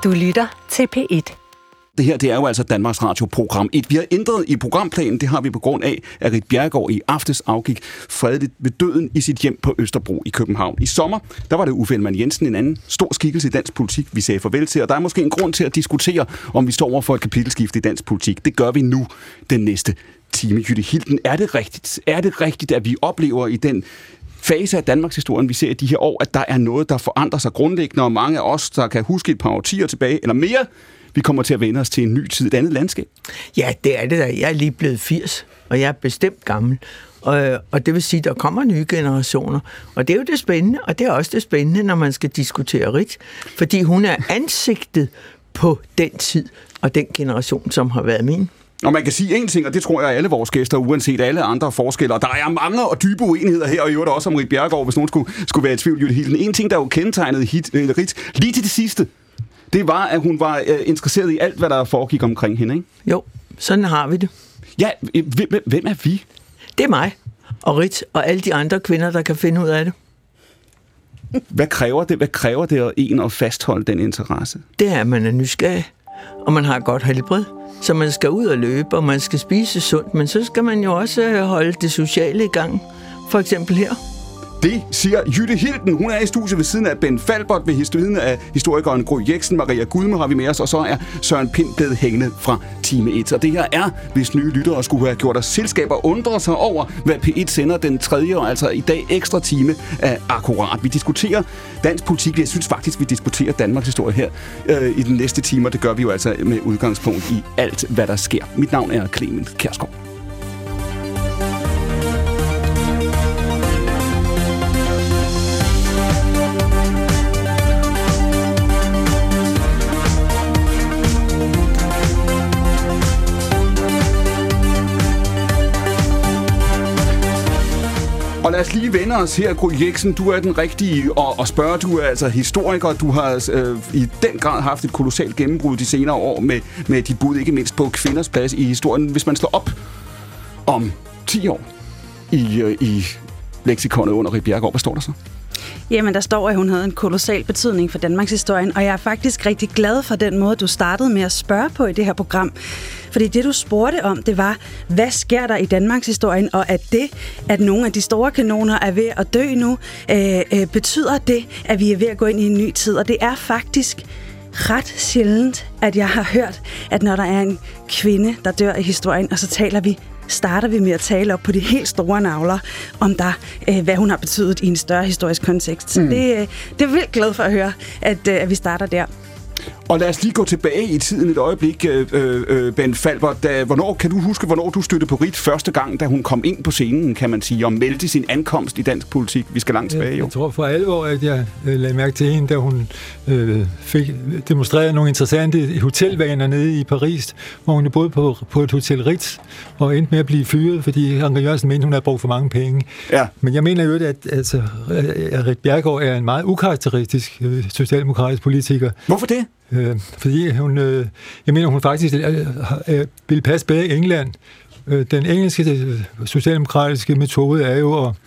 Du lytter til P1. Det her, det er jo altså Danmarks Radio program 1. Vi har ændret i programplanen, det har vi på grund af, at Ritt Bjerregaard i aftes afgik fredeligt ved døden i sit hjem på Østerbro i København. I sommer, der var det Uffe Ellemann-Jensen, en anden stor skikkelse i dansk politik, vi sagde farvel til, og der er måske en grund til at diskutere, om vi står over for et kapitelskift i dansk politik. Det gør vi nu den næste time. Jytte Hilden, er det rigtigt, at vi oplever i den fase af Danmarks historien, vi ser i de her år, at der er noget, der forandrer sig grundlæggende, og mange af os, der kan huske et par årtier tilbage, eller mere, vi kommer til at vende os til en ny tid, et andet landskab. Ja, det er det da. Jeg er lige blevet 80, og jeg er bestemt gammel. Og det vil sige, at der kommer nye generationer. Og det er jo det spændende, og det er også det spændende, når man skal diskutere Ritt. Fordi hun er ansigtet på den tid og den generation, som har været min. Og man kan sige en ting, og det tror jeg alle vores gæster, uanset alle andre forskelle, og der er mange og dybe uenigheder her, og i øvrigt også om Ritt Bjerregaard, hvis nogen skulle være i tvivl, Jytte Hilden. En ting, der jo kendetegnede Ritt lige til det sidste, det var, at hun var interesseret i alt, hvad der foregik omkring hende, ikke? Jo, sådan har vi det. Ja, hvem er vi? Det er mig og Ritt og alle de andre kvinder, der kan finde ud af det. Hvad kræver det at fastholde den interesse? Det er, at man er nysgerrig, og man har et godt helbred. Så man skal ud og løbe, og man skal spise sundt, men så skal man jo også holde det sociale i gang. For eksempel her. Det siger Jytte Hilden. Hun er i studiet ved siden af Ben Falbert, ved siden af historikeren Gry Jeksen. Maria Gudme har vi med os, og så er Søren Pind blevet hængende fra time 1. Og det her er, hvis nye lyttere skulle have gjort os selskab og undre sig over, hvad P1 sender den tredje, og altså i dag ekstra time af Akkurat. Vi diskuterer dansk politik. Jeg synes faktisk, vi diskuterer Danmarks historie her i den næste time, og det gør vi jo altså med udgangspunkt i alt, hvad der sker. Mit navn er Clement Kjærsgaard. Og lad os lige vende os her, Gry Jeksen. Du er den rigtige at spørge. Du er altså historiker. Du har i den grad haft et kolossalt gennembrud de senere år med dit bud, ikke mindst på kvinders plads i historien. Hvis man slår op om 10 år i leksikonet under Ritt Bjerregaard, hvad står der så? Jamen, der står, at hun havde en kolossal betydning for Danmarks historien, og jeg er faktisk rigtig glad for den måde, du startede med at spørge på i det her program. Fordi det, du spurgte om, det var, hvad sker der i Danmarks historien, og at nogle af de store kanoner er ved at dø nu, betyder det, at vi er ved at gå ind i en ny tid, og det er faktisk ret sjældent, at jeg har hørt, at når der er en kvinde, der dør i historien, og så starter vi med at tale op på de helt store navler om hvad hun har betydet i en større historisk kontekst. Så det er vildt glad for at høre, at vi starter der. Og lad os lige gå tilbage i tiden et øjeblik, Ben Falbert. Kan du huske, hvornår du stødte på Ritt første gang, da hun kom ind på scenen, kan man sige, og meldte sin ankomst i dansk politik? Vi skal langt tilbage, jo. Jeg tror for alvor, at jeg lagde mærke til hende, da hun fik demonstreret nogle interessante hotelvaner nede i Paris, hvor hun boede på et hotel Ritz, og endte med at blive fyret, fordi Anker Jørgensen mente, hun havde brugt for mange penge. Ja. Men jeg mener jo, at Ritt Bjerregaard er en meget ukarakteristisk socialdemokratisk politiker. Hvorfor det? Fordi hun faktisk vil passe bedre i England. Den engelske socialdemokratiske metode er jo at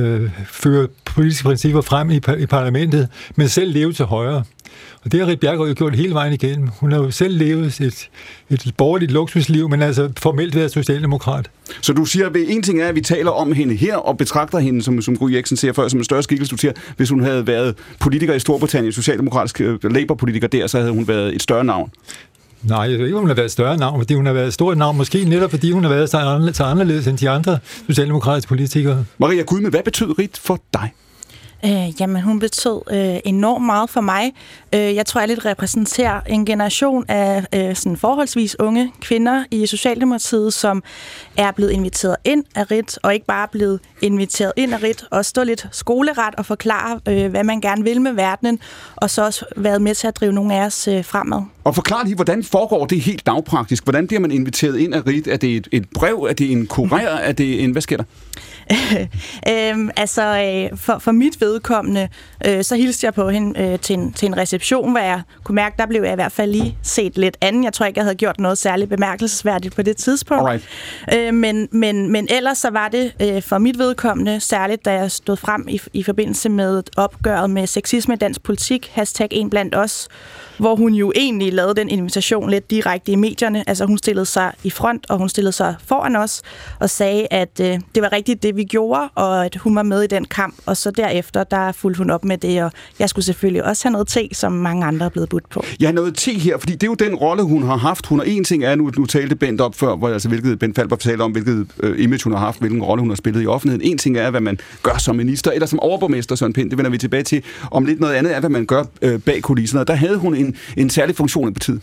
føre politiske principper frem i parlamentet, men selv leve til højre. Og det har Ritt Bjerregaard jo gjort hele vejen igennem. Hun har jo selv levet et borgerligt luksusliv, men altså formelt været socialdemokrat. Så du siger, at en ting er, at vi taler om hende her, og betragter hende, som Gry Jeksen siger før, som en større skikkelse. Du siger, hvis hun havde været politiker i Storbritannien, socialdemokratisk Labour-politiker der, så havde hun været et større navn. Nej, jeg ved ikke, hun har været et større navn, fordi hun har været et stort navn, måske netop fordi hun har været så anderledes end de andre socialdemokratiske politikere. Maria Gudme, hvad betød Ritt for dig? Jamen, hun betød enormt meget for mig. Jeg tror, jeg lidt repræsenterer en generation af sådan forholdsvis unge kvinder i Socialdemokratiet, som er blevet inviteret ind af Ritt, og ikke bare blevet inviteret ind af Ritt, og stå lidt skoleret og forklare, hvad man gerne vil med verdenen, og så også været med til at drive nogle af os fremad. Og forklar lige, hvordan foregår det helt dagpraktisk? Hvordan bliver man inviteret ind af Ritt? Er det et brev? Er det en kurer? Er det en... Hvad sker der? For mit vedkommende, så hilste jeg på hende til en reception, hvor jeg kunne mærke, der blev jeg i hvert fald lige set lidt anden. Jeg tror ikke, jeg havde gjort noget særligt bemærkelsesværdigt på det tidspunkt. Men ellers så var det for mit vedkommende, særligt da jeg stod frem i forbindelse med opgøret med sexisme i dansk politik, #1blandt os, hvor hun jo egentlig lavede den invitation lidt direkte i medierne. Altså hun stillede sig i front, og hun stillede sig foran os og sagde, at det var rigtigt det, vi gjorde, og at hun var med i den kamp. Og så derefter, der fulgte hun op med det, og jeg skulle selvfølgelig også have noget te, som mange andre er blevet budt på. Jeg har noget te her, fordi det er jo den rolle, hun har haft. Hun har en ting er, nu talte Bent op før, hvor, altså, hvilket Bent Falber talte om, hvilket image hun har haft, hvilken rolle hun har spillet i offentligheden. En ting er, hvad man gør som minister, eller som overborgmester, Søren Pind, det vender vi tilbage til. Om lidt noget andet er, hvad man gør bag kulisserne. Der havde hun en særlig funktion i partiet.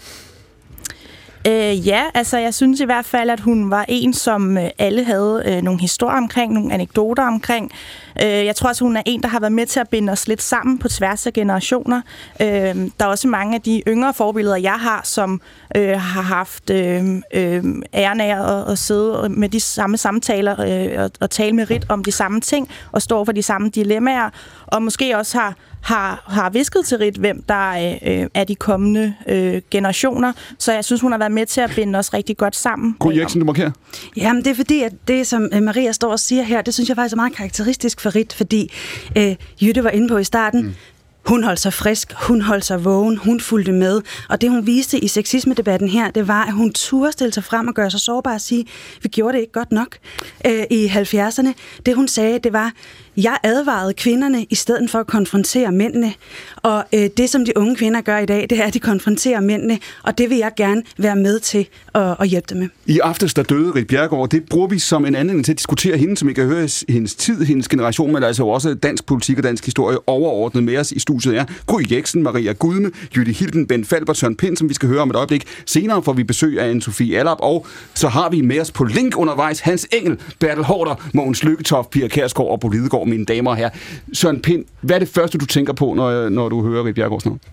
Ja, altså jeg synes i hvert fald, at hun var en, som alle havde nogle historier omkring, nogle anekdoter omkring. Jeg tror også, hun er en, der har været med til at binde os lidt sammen på tværs af generationer. Der er også mange af de yngre forbilleder, jeg har, som har haft æren af at sidde med de samme samtaler og tale med Ritt om de samme ting og stå for de samme dilemmaer, og måske også har visket til Ritt, hvem der er de kommende generationer. Så jeg synes, hun har været med til at binde os rigtig godt sammen. Gry Jexen, du markerer. Jamen, det er fordi, at det, som Maria står og siger her, det synes jeg faktisk er meget karakteristisk for Ritt, fordi Jytte var inde på i starten. Hun holdt sig frisk, hun holdt sig vågen, hun fulgte med. Og det, hun viste i sexisme-debatten her, det var, at hun turde stille sig frem og gøre sig sårbar og sige, vi gjorde det ikke godt nok i 70'erne. Det, hun sagde, det var, jeg advarede kvinderne i stedet for at konfrontere mændene. Og det, som de unge kvinder gør i dag, det er, at de konfronterer mændene. Og det vil jeg gerne være med til at hjælpe dem med. I aftes, der døde Ritt Bjerregaard. Det bruger vi som en anledning til at diskutere hende, som I kan høre hendes tid, hendes generation, men altså også dansk politik og dansk historie overordnet med os i studiet er Gry Jexen, Maria Gudme, Jytte Hilden, Bent Falber, Søren Pind, som vi skal høre om et øjeblik. Senere får vi besøg af Anne-Sophie Allerup, og så har vi med os på link undervejs Hans Engel, Bertel Haarder, Mogens Lykketoft, Pia Kjærsgaard og Bo Lidegaard, mine damer og herrer. Søren Pind, hvad er det første, du tænker på, når du hører Ritt Bjerregaards navn?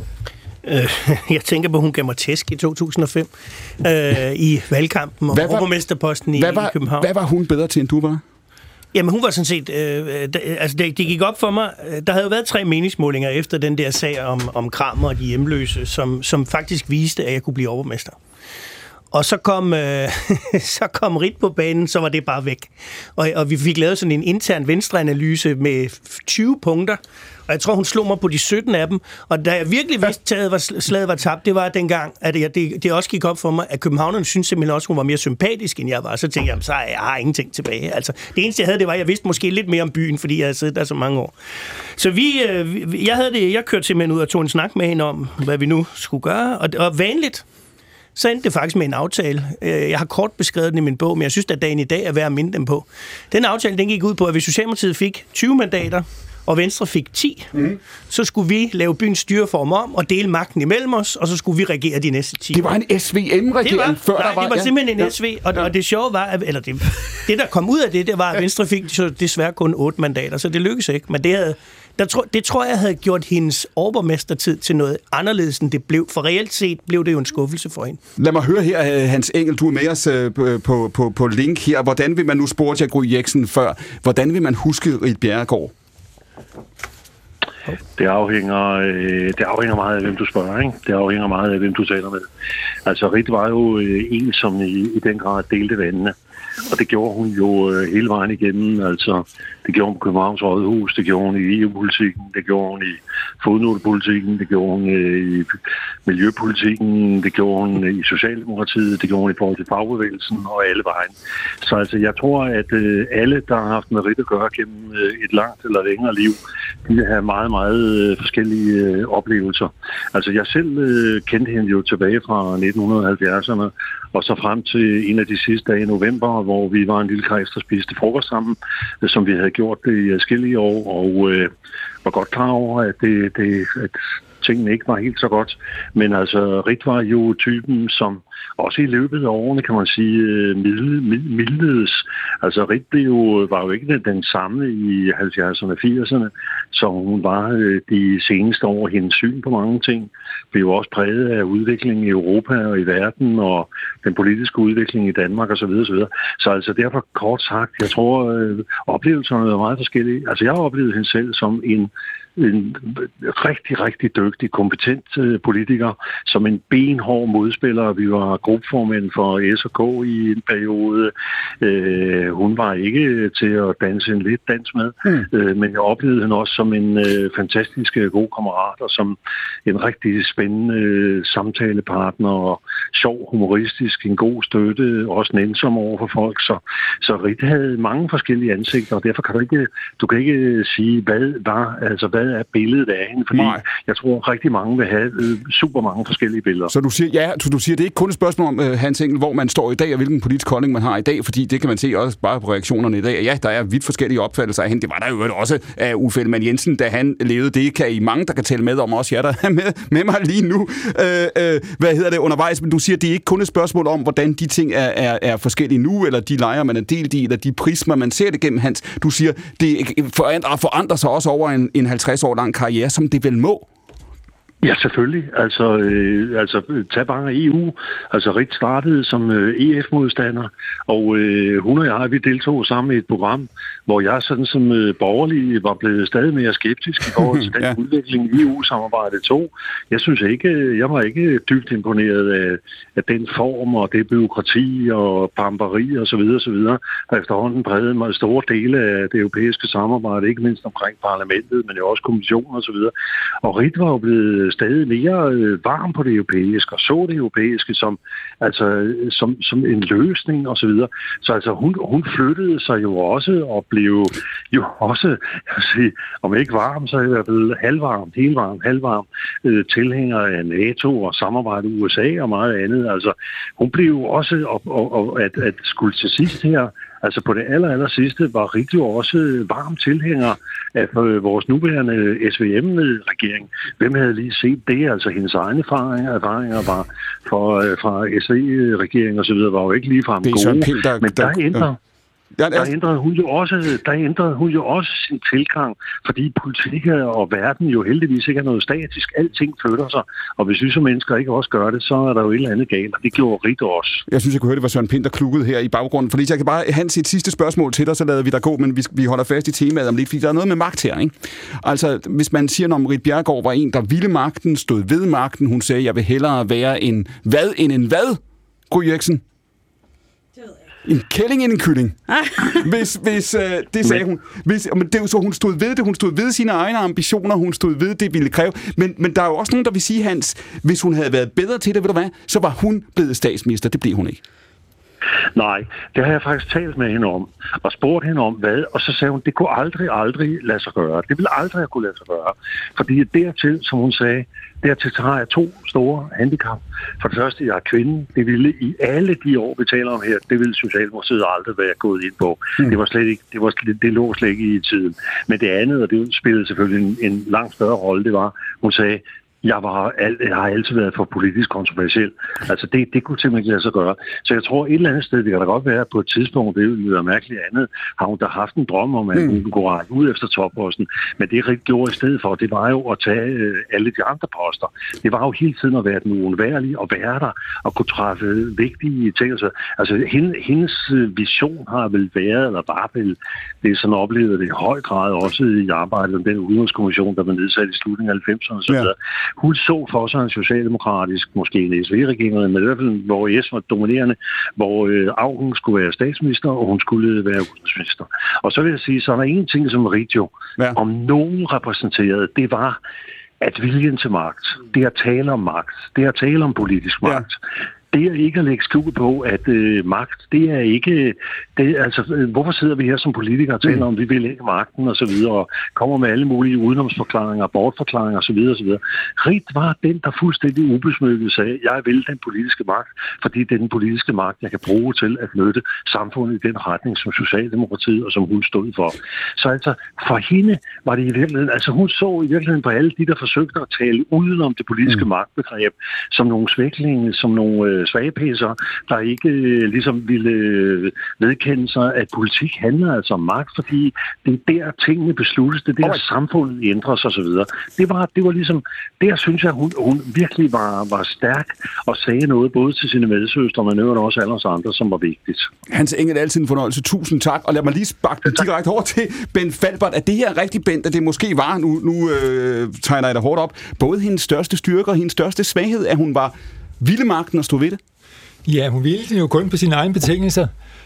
Jeg tænker på, at hun gav mig tæsk i 2005 i valgkampen og overborgmesterposten i København. Hvad var hun bedre til, end du var? Jamen, hun var sådan set... det gik op for mig... Der havde jo været 3 meningsmålinger efter den der sag om Kramer og de hjemløse, som faktisk viste, at jeg kunne blive overborgmester. Og så kom Ritt på banen, så var det bare væk. Og vi fik lavet sådan en intern venstreanalyse med 20 punkter, og jeg tror, hun slog mig på de 17 af dem. Og da jeg virkelig vidste, at slaget var tabt, det var dengang, at det også gik op for mig, at københavnerne synes simpelthen også, hun var mere sympatisk, end jeg var. Så tænkte jeg, så jeg har ingenting tilbage. Altså, det eneste, jeg havde, det var, at jeg vidste måske lidt mere om byen, fordi jeg havde siddet der så mange år. Så jeg kørte simpelthen ud og tog en snak med hende om, hvad vi nu skulle gøre. Og vanligt, så endte det faktisk med en aftale. Jeg har kort beskrevet den i min bog, men jeg synes, at dagen i dag er værd at minde dem på. Den aftale, den gik ud på, at hvis Socialdemokratiet fik 20 mandater, og Venstre fik 10, så skulle vi lave byens styreform om og dele magten imellem os, og så skulle vi regere de næste 10 år. Det var en SVM-regering før der var... det var simpelthen en SV, og det sjove var, eller det der kom ud af det var, at Venstre fik så desværre kun 8 mandater, så det lykkedes ikke, men det tror jeg havde gjort hendes overborgmestertid til noget anderledes, end det blev. For reelt set blev det jo en skuffelse for hende. Lad mig høre her, Hans Engel, du er med os på link her. Hvordan vil man nu spore til Gry Jexen før? Hvordan vil man huske Ritt Bjerregaard? Det afhænger meget af, hvem du spørger, ikke? Det afhænger meget af, hvem du taler med. Altså, Ritt var jo en, som i den grad delte vandene. Og det gjorde hun jo hele vejen igennem. Altså, det gjorde hun på Københavns Rådhus, det gjorde hun i EU-politikken, det gjorde hun i fodnotepolitikken, det gjorde hun i miljøpolitikken, det gjorde hun i Socialdemokratiet, det gjorde hun i forhold til fagbevægelsen og alle vejen. Så altså, jeg tror, at alle, der har haft med Ritt at gøre gennem et langt eller længere liv, de vil have meget, meget forskellige oplevelser. Altså, jeg selv kendte hende jo tilbage fra 1970'erne, og så frem til en af de sidste dage i november, hvor vi var en lille kreds, der spiste frokost sammen, som vi havde gjort det i adskillige år, og var godt klar over, at tingene ikke var helt så godt. Men altså, Ritt var jo typen, som også i løbet af årene, kan man sige, mildedes. Altså, Ritt var jo ikke den samme i 70'erne og 80'erne, som hun var de seneste år. Hendes syn på mange ting blev jo også præget af udviklingen i Europa og i verden, og den politiske udvikling i Danmark osv. osv. Så altså derfor kort sagt, jeg tror, oplevelserne er meget forskellige. Altså, jeg har oplevet hende selv som en rigtig, rigtig dygtig, kompetent politiker, som en benhård modspiller. Vi var gruppeformænd for S&K i en periode. Hun var ikke til at danse en lidt dans med, men jeg oplevede hende også som en fantastisk god kammerat, og som en rigtig spændende samtalepartner, og sjov, humoristisk, en god støtte, også nænsom over for folk. Så Ritt havde mange forskellige ansigter, og derfor kan du kan ikke sige, hvad er billedet af hende, fordi jeg tror rigtig mange vil have super mange forskellige billeder. Så du siger, det er ikke kun et spørgsmål om, Hans Engell, hvor man står i dag, og hvilken politisk holdning man har i dag, fordi det kan man se også bare på reaktionerne i dag. Ja, der er vidt forskellige opfattelser af hende. Det var der jo også af Uffe Ellemann-Jensen, da han levede. Det kan I mange, der kan tælle med om, også jer, der er med mig lige nu. Undervejs, men du siger, det er ikke kun et spørgsmål om, hvordan de ting er forskellige nu, eller de lejre, man er delt i, eller de prismer, man ser det gennem, Hans. Du siger, det forandrer sig også over en 50 år lang karriere, som det vel må. Ja, selvfølgelig. Altså tag bare EU. Altså Ritt startede som EF-modstander, og hun og jeg, vi deltog sammen i et program, hvor jeg sådan som borgerlig var blevet stadig mere skeptisk i forhold til den udvikling, EU-samarbejdet tog. Jeg var ikke dybt imponeret af den form og det byråkrati og pamperi og så videre, der efterhånden prægede mig store dele af det europæiske samarbejde, ikke mindst omkring parlamentet, men jo også kommissionen og så videre. Og Ritt var jo blevet stadig mere varm på det europæiske, og så det europæiske som en løsning og så videre. Så altså hun flyttede sig jo også og blev jo også, jeg vil sige, om ikke varm, så i hvert fald halvvarm tilhænger af NATO og samarbejde i USA og meget andet. Altså hun blev jo også, at skulle til sidst her, altså på det aller sidste var Ritt jo også varm tilhænger af vores nuværende SVM-regering. Hvem havde lige set det? Altså hendes egne erfaringer var fra SV-regeringen og så videre, var jo ikke ligefrem gode. Men der ændrede hun jo også sin tilgang, fordi politik og verden jo heldigvis ikke er noget statisk. Alting flytter sig, og hvis vi som mennesker ikke også gør det, så er der jo et eller andet galt, og det gjorde Ritt også. Jeg synes, jeg kunne høre, det var Søren Pind, der klukkede her i baggrunden, fordi jeg kan bare have et sidste spørgsmål til dig, så lader vi dig gå, men vi holder fast i temaet om lidt, fordi der er noget med magt her, ikke? Altså, hvis man siger, om Ritt Bjerregaard var en, der ville magten, stod ved magten, hun sagde, jeg vil hellere være en hvad? Gry Eriksen? En kælling end en kylling. Det sagde hun. Så hun stod ved det. Hun stod ved sine egne ambitioner. Hun stod ved det, ville kræve. Men der er jo også nogen, der vil sige, Hans, hvis hun havde været bedre til det, ved du hvad, så var hun blevet statsminister. Det blev hun ikke. Nej, det har jeg faktisk talt med hende om, og spurgt hende om hvad, og så sagde hun, det kunne aldrig lade sig gøre. Det ville aldrig kunne lade sig gøre. Fordi dertil, som hun sagde, dertil har jeg 2 store handicap. For det første, jeg er kvinde. Det ville i alle de år, vi taler om her, det ville Socialdemokratiet aldrig være gået ind på. Det var slet ikke, det lå slet ikke i tiden. Men det andet, og det spillede selvfølgelig en langt større rolle, det var, hun sagde, jeg har altid været for politisk kontroversiel. Altså det kunne simpelthen ikke lade sig gøre. Så jeg tror et eller andet sted, det kan da godt være på et tidspunkt, det ville være mærkeligt andet, har hun da haft en drøm om, at hun kunne række ud efter topposten. Men det Ritt gjorde i stedet for, det var jo at tage alle de andre poster. Det var jo hele tiden at være den uundværlige og være der og kunne træffe vigtige ting. Altså hendes vision har vel været, eller bare vel, det er sådan oplevet det i høj grad også i arbejdet om den udenrigskommission, der var nedsat i slutningen af 90'erne og så videre. Hun så for sig en socialdemokratisk, måske en SV-regering, men i hvert fald, hvor S var dominerende, hvor Auken skulle være statsminister, og hun skulle være udenrigsminister. Og så vil jeg sige, så er der en ting, som Ritt jo om nogen repræsenterede, det var, at viljen til magt, det at tale om magt, det at tale om politisk magt, det er ikke at lægge skjul på, at magt, det er ikke... hvorfor sidder vi her som politikere og taler om, vi vil ikke magten og så videre, og kommer med alle mulige udenomsforklaringer, bortforklaringer og så videre og så videre. Ritt var den, der fuldstændig ubesmykket sagde, jeg vil den politiske magt, fordi det er den politiske magt, jeg kan bruge til at flytte samfundet i den retning, som Socialdemokratiet og som hun stod for. Så altså, for hende var det i virkeligheden... Altså, hun så i virkeligheden på alle de, der forsøgte at tale udenom det politiske magtbegreb, som nogle svæklinge, som nogle svagepæsser, der ikke ligesom ville vedkende sig, at politik handler altså om magt, fordi det er der tingene besluttes, det er der samfundet ændres og så videre. Det var ligesom, der synes jeg, hun virkelig var stærk og sagde noget både til sine medsøstre, men også alle os andre, som var vigtigt. Hans Engel, altid en fornøjelse. Tusind tak, og lad mig lige sparke direkte over til Ben Falbert. Er det her rigtig, Bent, at det måske var, nu tegner jeg dig hårdt op, både hendes største styrke og hendes største svaghed, at hun var ville magten og stod ved det? Ja, hun ville det jo kun på sine egne betingelser.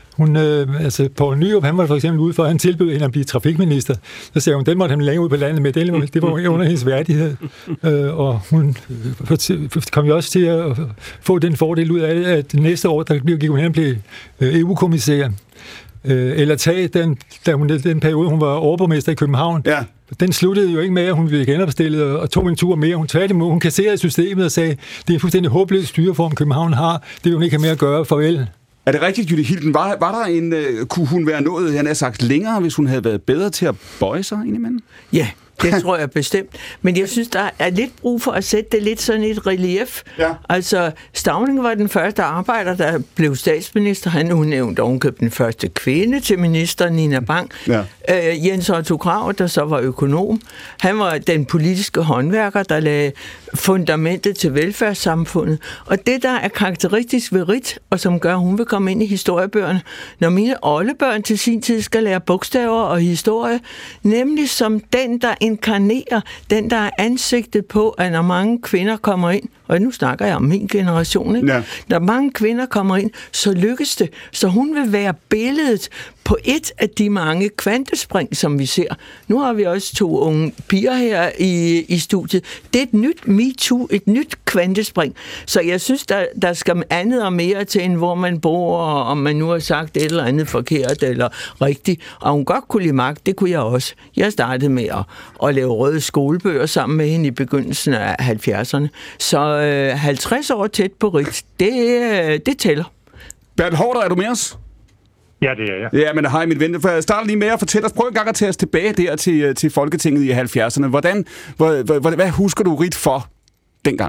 Poul Nyrup, han var for eksempel ude for, at han tilbød hende at blive trafikminister. Så sagde hun, den måtte han længe ud på landet med. Det var under hendes værdighed. Og hun kom jo også til at få den fordel ud af det, at næste år, der gik hun hen og blev EU-kommissær. Eller tage den periode, hun var overborgmester i København. Ja. Den sluttede jo ikke med, at hun blev genopstillet og tog en tur mere. Hun tværtimod, hun kasserede systemet og sagde, det er en fuldstændig håbløs styreform, København har. Det vil hun ikke have mere at gøre. Farvel. Er det rigtigt, Jytte Hilden? Var der kunne hun være nået, han har sagt, længere, hvis hun havde været bedre til at bøje sig indimellem? Ja, det tror jeg bestemt. Men jeg synes, der er lidt brug for at sætte det lidt sådan et relief. Ja. Altså, Stauning var den første arbejder, der blev statsminister. Han udnævnte ovenkøbt den første kvinde til minister, Nina Bang. Ja. Jens Otto Krag, der så var økonom. Han var den politiske håndværker, der lagde fundamentet til velfærdssamfundet. Og det, der er karakteristisk ved Ritt, og som gør, at hun vil komme ind i historiebøgerne, når mine oldebørn til sin tid skal lære bogstaver og historie, nemlig som den, der inkarnerer, den, der er ansigtet på, at når mange kvinder kommer ind, og nu snakker jeg om min generation, ikke? Ja. Når mange kvinder kommer ind, så lykkes det. Så hun vil være billedet på et af de mange kvantespring, som vi ser. Nu har vi også 2 unge piger her i studiet. Det er et nyt MeToo, et nyt kvantespring. Så jeg synes, der skal andet og mere til, end hvor man bor, og om man nu har sagt et eller andet forkert eller rigtigt. Og hun godt kunne lide magt, det kunne jeg også. Jeg startede med at lave røde skolebøger sammen med hende i begyndelsen af 70'erne. Så 50 år tæt på Ritt, det tæller. Bertel Haarder, er du med os? Ja, det er jeg. Ja, men hej, min ven. Jeg starter lige med at fortælle os. Prøv en gang at tage os tilbage der til Folketinget i 70'erne. Hvad husker du Ritt for dengang?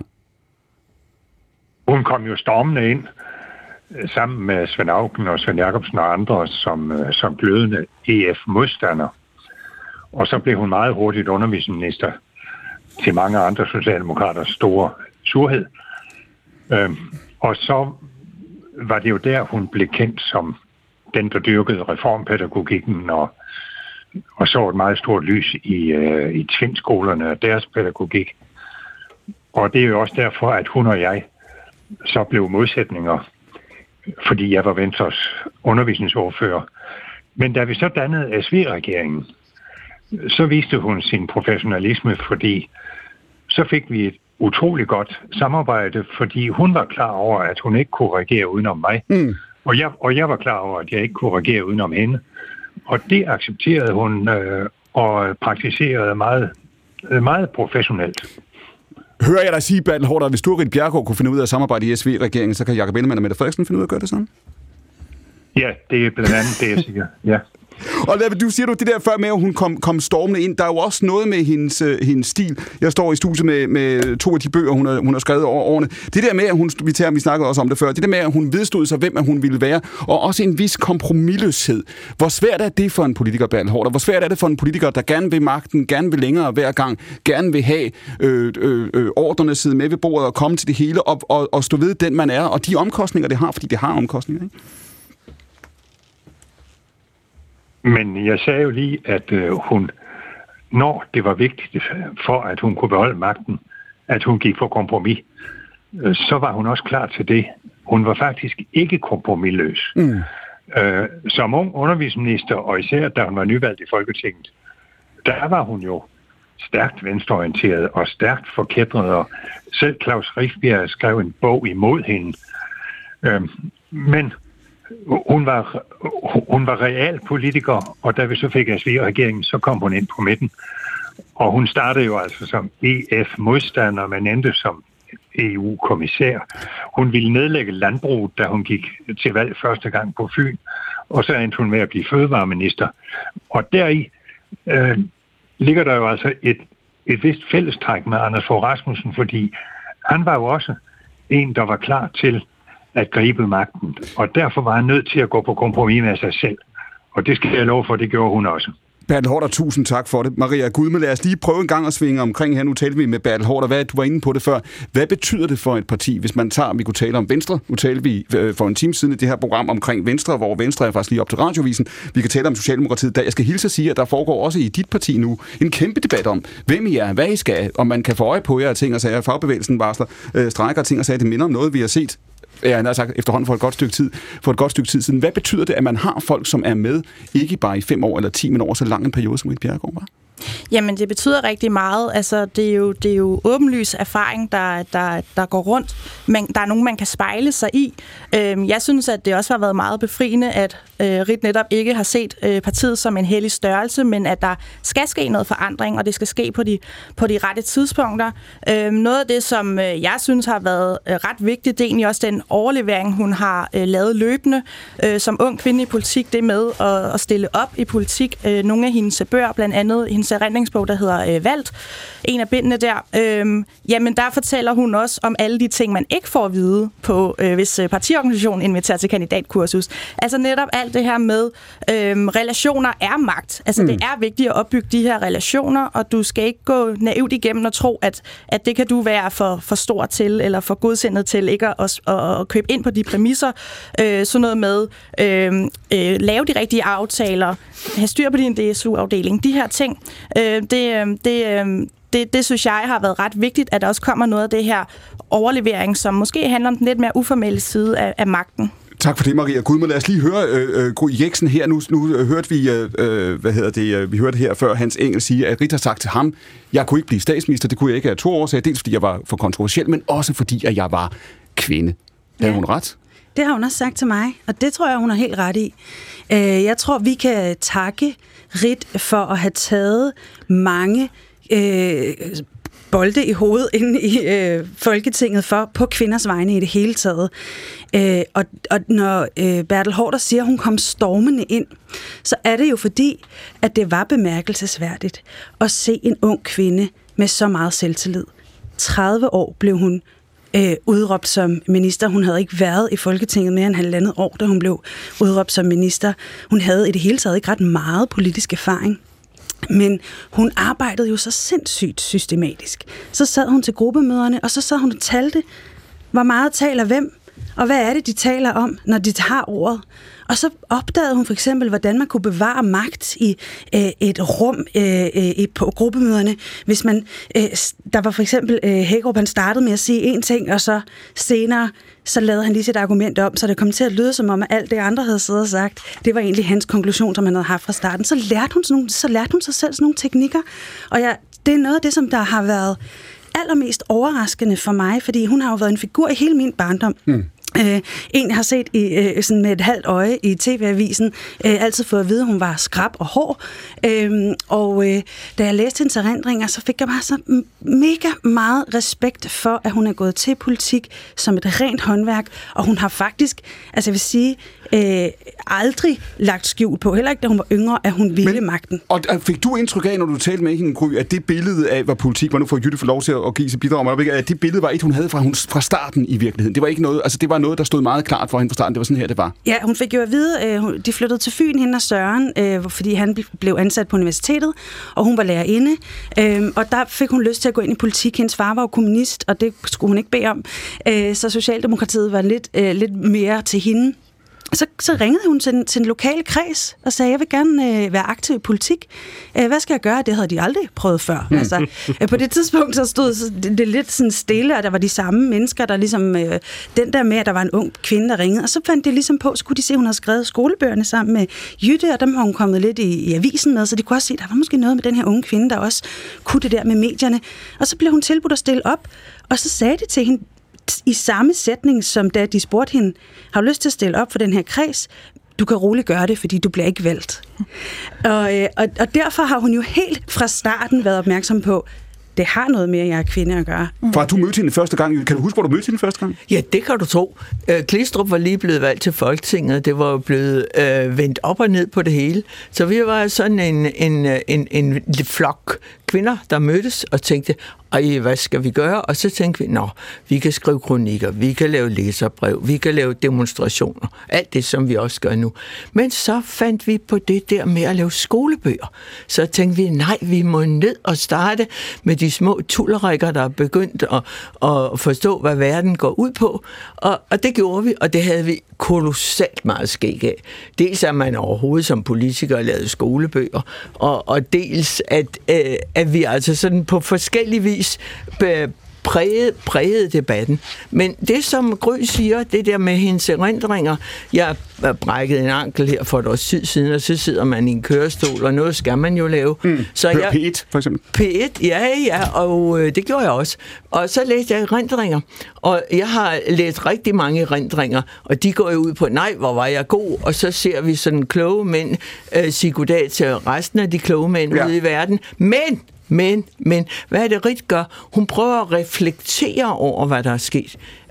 Hun kom jo stormende ind sammen med Svend Auken og Svend Jakobsen og andre som glødende EF-modstander. Og så blev hun meget hurtigt undervisningsminister til mange andre socialdemokraters store surhed. Og så var det jo der, hun blev kendt som den, der dyrkede reformpædagogikken og så et meget stort lys i tvinskolerne og deres pædagogik. Og det er jo også derfor, at hun og jeg så blev modsætninger, fordi jeg var Venstres undervisningsordfører. Men da vi så dannede SV-regeringen, så viste hun sin professionalisme, fordi så fik vi et utrolig godt samarbejde, fordi hun var klar over, at hun ikke kunne regere udenom mig. Mm. Og jeg var klar over, at jeg ikke kunne regere udenom hende. Og det accepterede hun og praktiserede meget, meget professionelt. Hører jeg dig sige, Bertel Haarder, hvis du og Ritt Bjerregaard kunne finde ud af at samarbejde i SV-regeringen, så kan Jakob Ellemann og Mette Frederiksen finde ud af at gøre det sådan? Ja, det er blandt andet det, jeg siger. Ja. Og du siger det der før med, at hun kom stormende ind. Der er jo også noget med hendes stil. Jeg står i studiet med 2 af de bøger, hun har skrevet over årene. Det der med, at vi snakkede også om det før, det der med, at hun vedstod sig, hvem hun ville være, og også en vis kompromisløshed. Hvor svært er det for en politiker, Bertel Haarder? Hvor svært er det for en politiker, der gerne vil magten, gerne vil længere hver gang, gerne vil have ordrene sidde med ved bordet og komme til det hele, og stå ved den, man er, og de omkostninger, det har, fordi det har omkostninger, ikke? Men jeg sagde jo lige, at hun, når det var vigtigt for, at hun kunne beholde magten, at hun gik for kompromis, så var hun også klar til det. Hun var faktisk ikke kompromisløs. Mm. Som ung undervisningsminister, og især da hun var nyvalgt i Folketinget, der var hun jo stærkt venstreorienteret og stærkt forkætret, og selv Claus Rifbjerg skrev en bog imod hende. Men hun var realpolitiker, og da vi så fik SV-regeringen, så kom hun ind på midten. Og hun startede jo altså som EF-modstander, men endte som EU-kommissær. Hun ville nedlægge landbruget, da hun gik til valg første gang på Fyn, og så endte hun med at blive fødevareminister. Og deri ligger der jo altså et vist fællestræk med Anders Fogh Rasmussen, fordi han var jo også en, der var klar til at gribe magten, og derfor var han nødt til at gå på kompromis med sig selv. Og det skal jeg love for, det gjorde hun også. Bertel Haarder, tusind tak for det. Maria Gudme, lad os lige prøve en gang at svinge omkring her. Nu talte vi med Bertel Haarder. Du var inde på det før. Hvad betyder det for et parti, hvis man tager, vi kunne tale om Venstre. Nu talte vi for en time siden i det her program omkring Venstre, hvor Venstre er faktisk lige op til Radiovisen. Vi kan tale om Socialdemokratiet. Jeg skal hilse at sige, at der foregår også i dit parti nu en kæmpe debat om, hvem I er, hvad I skal, om man kan få øje på jer ting og sager. Fagbevægelsen varsler strejker ting og sager. Det minder om noget, vi har set jeg har sagt efterhånden for et godt stykke tid siden. Hvad betyder det, at man har folk, som er med, ikke bare i 5 år eller 10, men over så lang en periode, som Ritt Bjerregaard var? Jamen, det betyder rigtig meget. Altså, det er jo åbenlys erfaring, der går rundt. Men der er nogen, man kan spejle sig i. Jeg synes, at det også har været meget befriende, at Ritt netop ikke har set partiet som en hellig størrelse, men at der skal ske noget forandring, og det skal ske på de rette tidspunkter. Noget af det, som jeg synes har været ret vigtigt, det er egentlig også den overlevering, hun har lavet løbende som ung kvinde i politik, det med at stille op i politik. Nogle af hendes bøger, blandt andet hendes erindringsbog, der hedder Valgt, en af bindene der, jamen der fortæller hun også om alle de ting, man ikke får at vide på, hvis partiorganisationen inviterer til kandidatkursus. Altså netop alt det her med, relationer er magt. Altså det er vigtigt at opbygge de her relationer, og du skal ikke gå naivt igennem og tro, at det kan du være for stor til, eller for godsindet til, ikke at købe ind på de præmisser. Sådan noget med, lave de rigtige aftaler, have styr på din DSU-afdeling, de her ting. Det synes jeg har været ret vigtigt, at der også kommer noget af det her overlevering, som måske handler om den lidt mere uformelle side af magten. Tak for det, Maria Gudme. Lad os lige høre Gry Jeksen her. Nu hørte vi, vi hørte her før Hans Engel sige, at Ritt har sagt til ham, jeg kunne ikke blive statsminister, det kunne jeg ikke af 2 årsager. Dels fordi jeg var for kontroversiel, men også fordi, at jeg var kvinde. Havde hun ret? Det har hun også sagt til mig, og det tror jeg, hun har helt ret i. Jeg tror, vi kan takke Ritt for at have taget mange bolde i hovedet inde i Folketinget på kvinders vegne i det hele taget. Og når Bertel Haarder siger, at hun kom stormende ind, så er det jo fordi, at det var bemærkelsesværdigt at se en ung kvinde med så meget selvtillid. 30 år blev hun udråbt som minister. Hun havde ikke været i Folketinget mere end 1,5 år, da hun blev udråbt som minister. Hun havde i det hele taget ikke ret meget politisk erfaring. Men hun arbejdede jo så sindssygt systematisk. Så sad hun til gruppemøderne, og så sad hun og talte, hvor meget taler hvem, og hvad er det, de taler om, når de har ordet. Og så opdagede hun for eksempel, hvordan man kunne bevare magt i et rum på gruppemøderne. Hvis man, der var for eksempel Hækkerup, han startede med at sige en ting, og så senere, så lavede han lige sit argument om, så det kom til at lyde som om, at alt det andre havde siddet og sagt, det var egentlig hans konklusion, som han havde haft fra starten. Så lærte hun sig selv sådan nogle teknikker, og det er noget af det, som der har været allermest overraskende for mig, fordi hun har jo været en figur i hele min barndom. En har set sådan med et halvt øje i TV-avisen, altid fået at vide, at hun var skrap og hård. Da jeg læste hendes erindringer, så fik jeg bare så mega meget respekt for, at hun er gået til politik som et rent håndværk, og hun har faktisk, altså jeg vil sige, aldrig lagt skjul på, heller ikke da hun var yngre, at hun ville magten. Og fik du indtryk af, når du talte med hende, Gry, at det billede af, hvad politik var, nu får Jytte for lov til at give sit bidrag om, at det billede var et, hun havde fra starten i virkeligheden? Det var ikke noget, altså det var noget, der stod meget klart for hende fra starten. Det var sådan her, det var. Ja, hun fik jo at vide, de flyttede til Fyn, hende og Søren, fordi han blev ansat på universitetet, og hun var lærerinde, og der fik hun lyst til at gå ind i politik. Hendes far var jo kommunist, og det skulle hun ikke bede om, så Socialdemokratiet var lidt mere til hende. Så ringede hun til en lokal kreds og sagde, jeg vil gerne være aktiv i politik. Hvad skal jeg gøre? Det havde de aldrig prøvet før. Altså, på det tidspunkt så stod det lidt sådan stille, og der var de samme mennesker, der ligesom, den der med, at der var en ung kvinde, der ringede. Og så fandt de ligesom på, så kunne de se, at hun havde skrevet skolebøgerne sammen med Jytte, og dem har hun kommet lidt i avisen med, så de kunne også se, at der var måske noget med den her unge kvinde, der også kunne det der med medierne. Og så blev hun tilbudt at stille op, og så sagde de til hende, i samme sætning, som da de spurgte hende, har du lyst til at stille op for den her kreds? Du kan roligt gøre det, fordi du bliver ikke valgt. Og derfor har hun jo helt fra starten været opmærksom på, det har noget med, at jeg er kvinde at gøre. For at du mødte hende første gang, kan du huske, hvor du mødte hende første gang? Ja, det kan du tro. Klistrup var lige blevet valgt til Folketinget, det var blevet vendt op og ned på det hele. Så vi var sådan en flok kvinder, der mødtes og tænkte, hvad skal vi gøre? Og så tænkte vi, vi kan skrive kronikker, vi kan lave læserbrev, vi kan lave demonstrationer, alt det, som vi også gør nu. Men så fandt vi på det der med at lave skolebøger. Så tænkte vi, vi må ned og starte med de små tullerikker, der er begyndt at forstå, hvad verden går ud på. Og det gjorde vi, og det havde vi kolossalt meget skæg af. Dels at man overhovedet som politiker lavede skolebøger, og dels at vi altså sådan på forskellige vis prægede debatten. Men det, som Gry siger, det der med hendes erindringer, jeg brækkede en ankel her for et års tid siden, og så sidder man i en kørestol, og noget skal man jo lave. Så P1, for eksempel? P1, ja, og det gjorde jeg også. Og så læste jeg erindringer, og jeg har læst rigtig mange erindringer, og de går jo ud på, hvor var jeg god, og så ser vi sådan kloge mænd sige goddag til resten af de kloge mænd ude i verden. Men, hvad er det Rit gør? Hun prøver at reflektere over, hvad der er sket.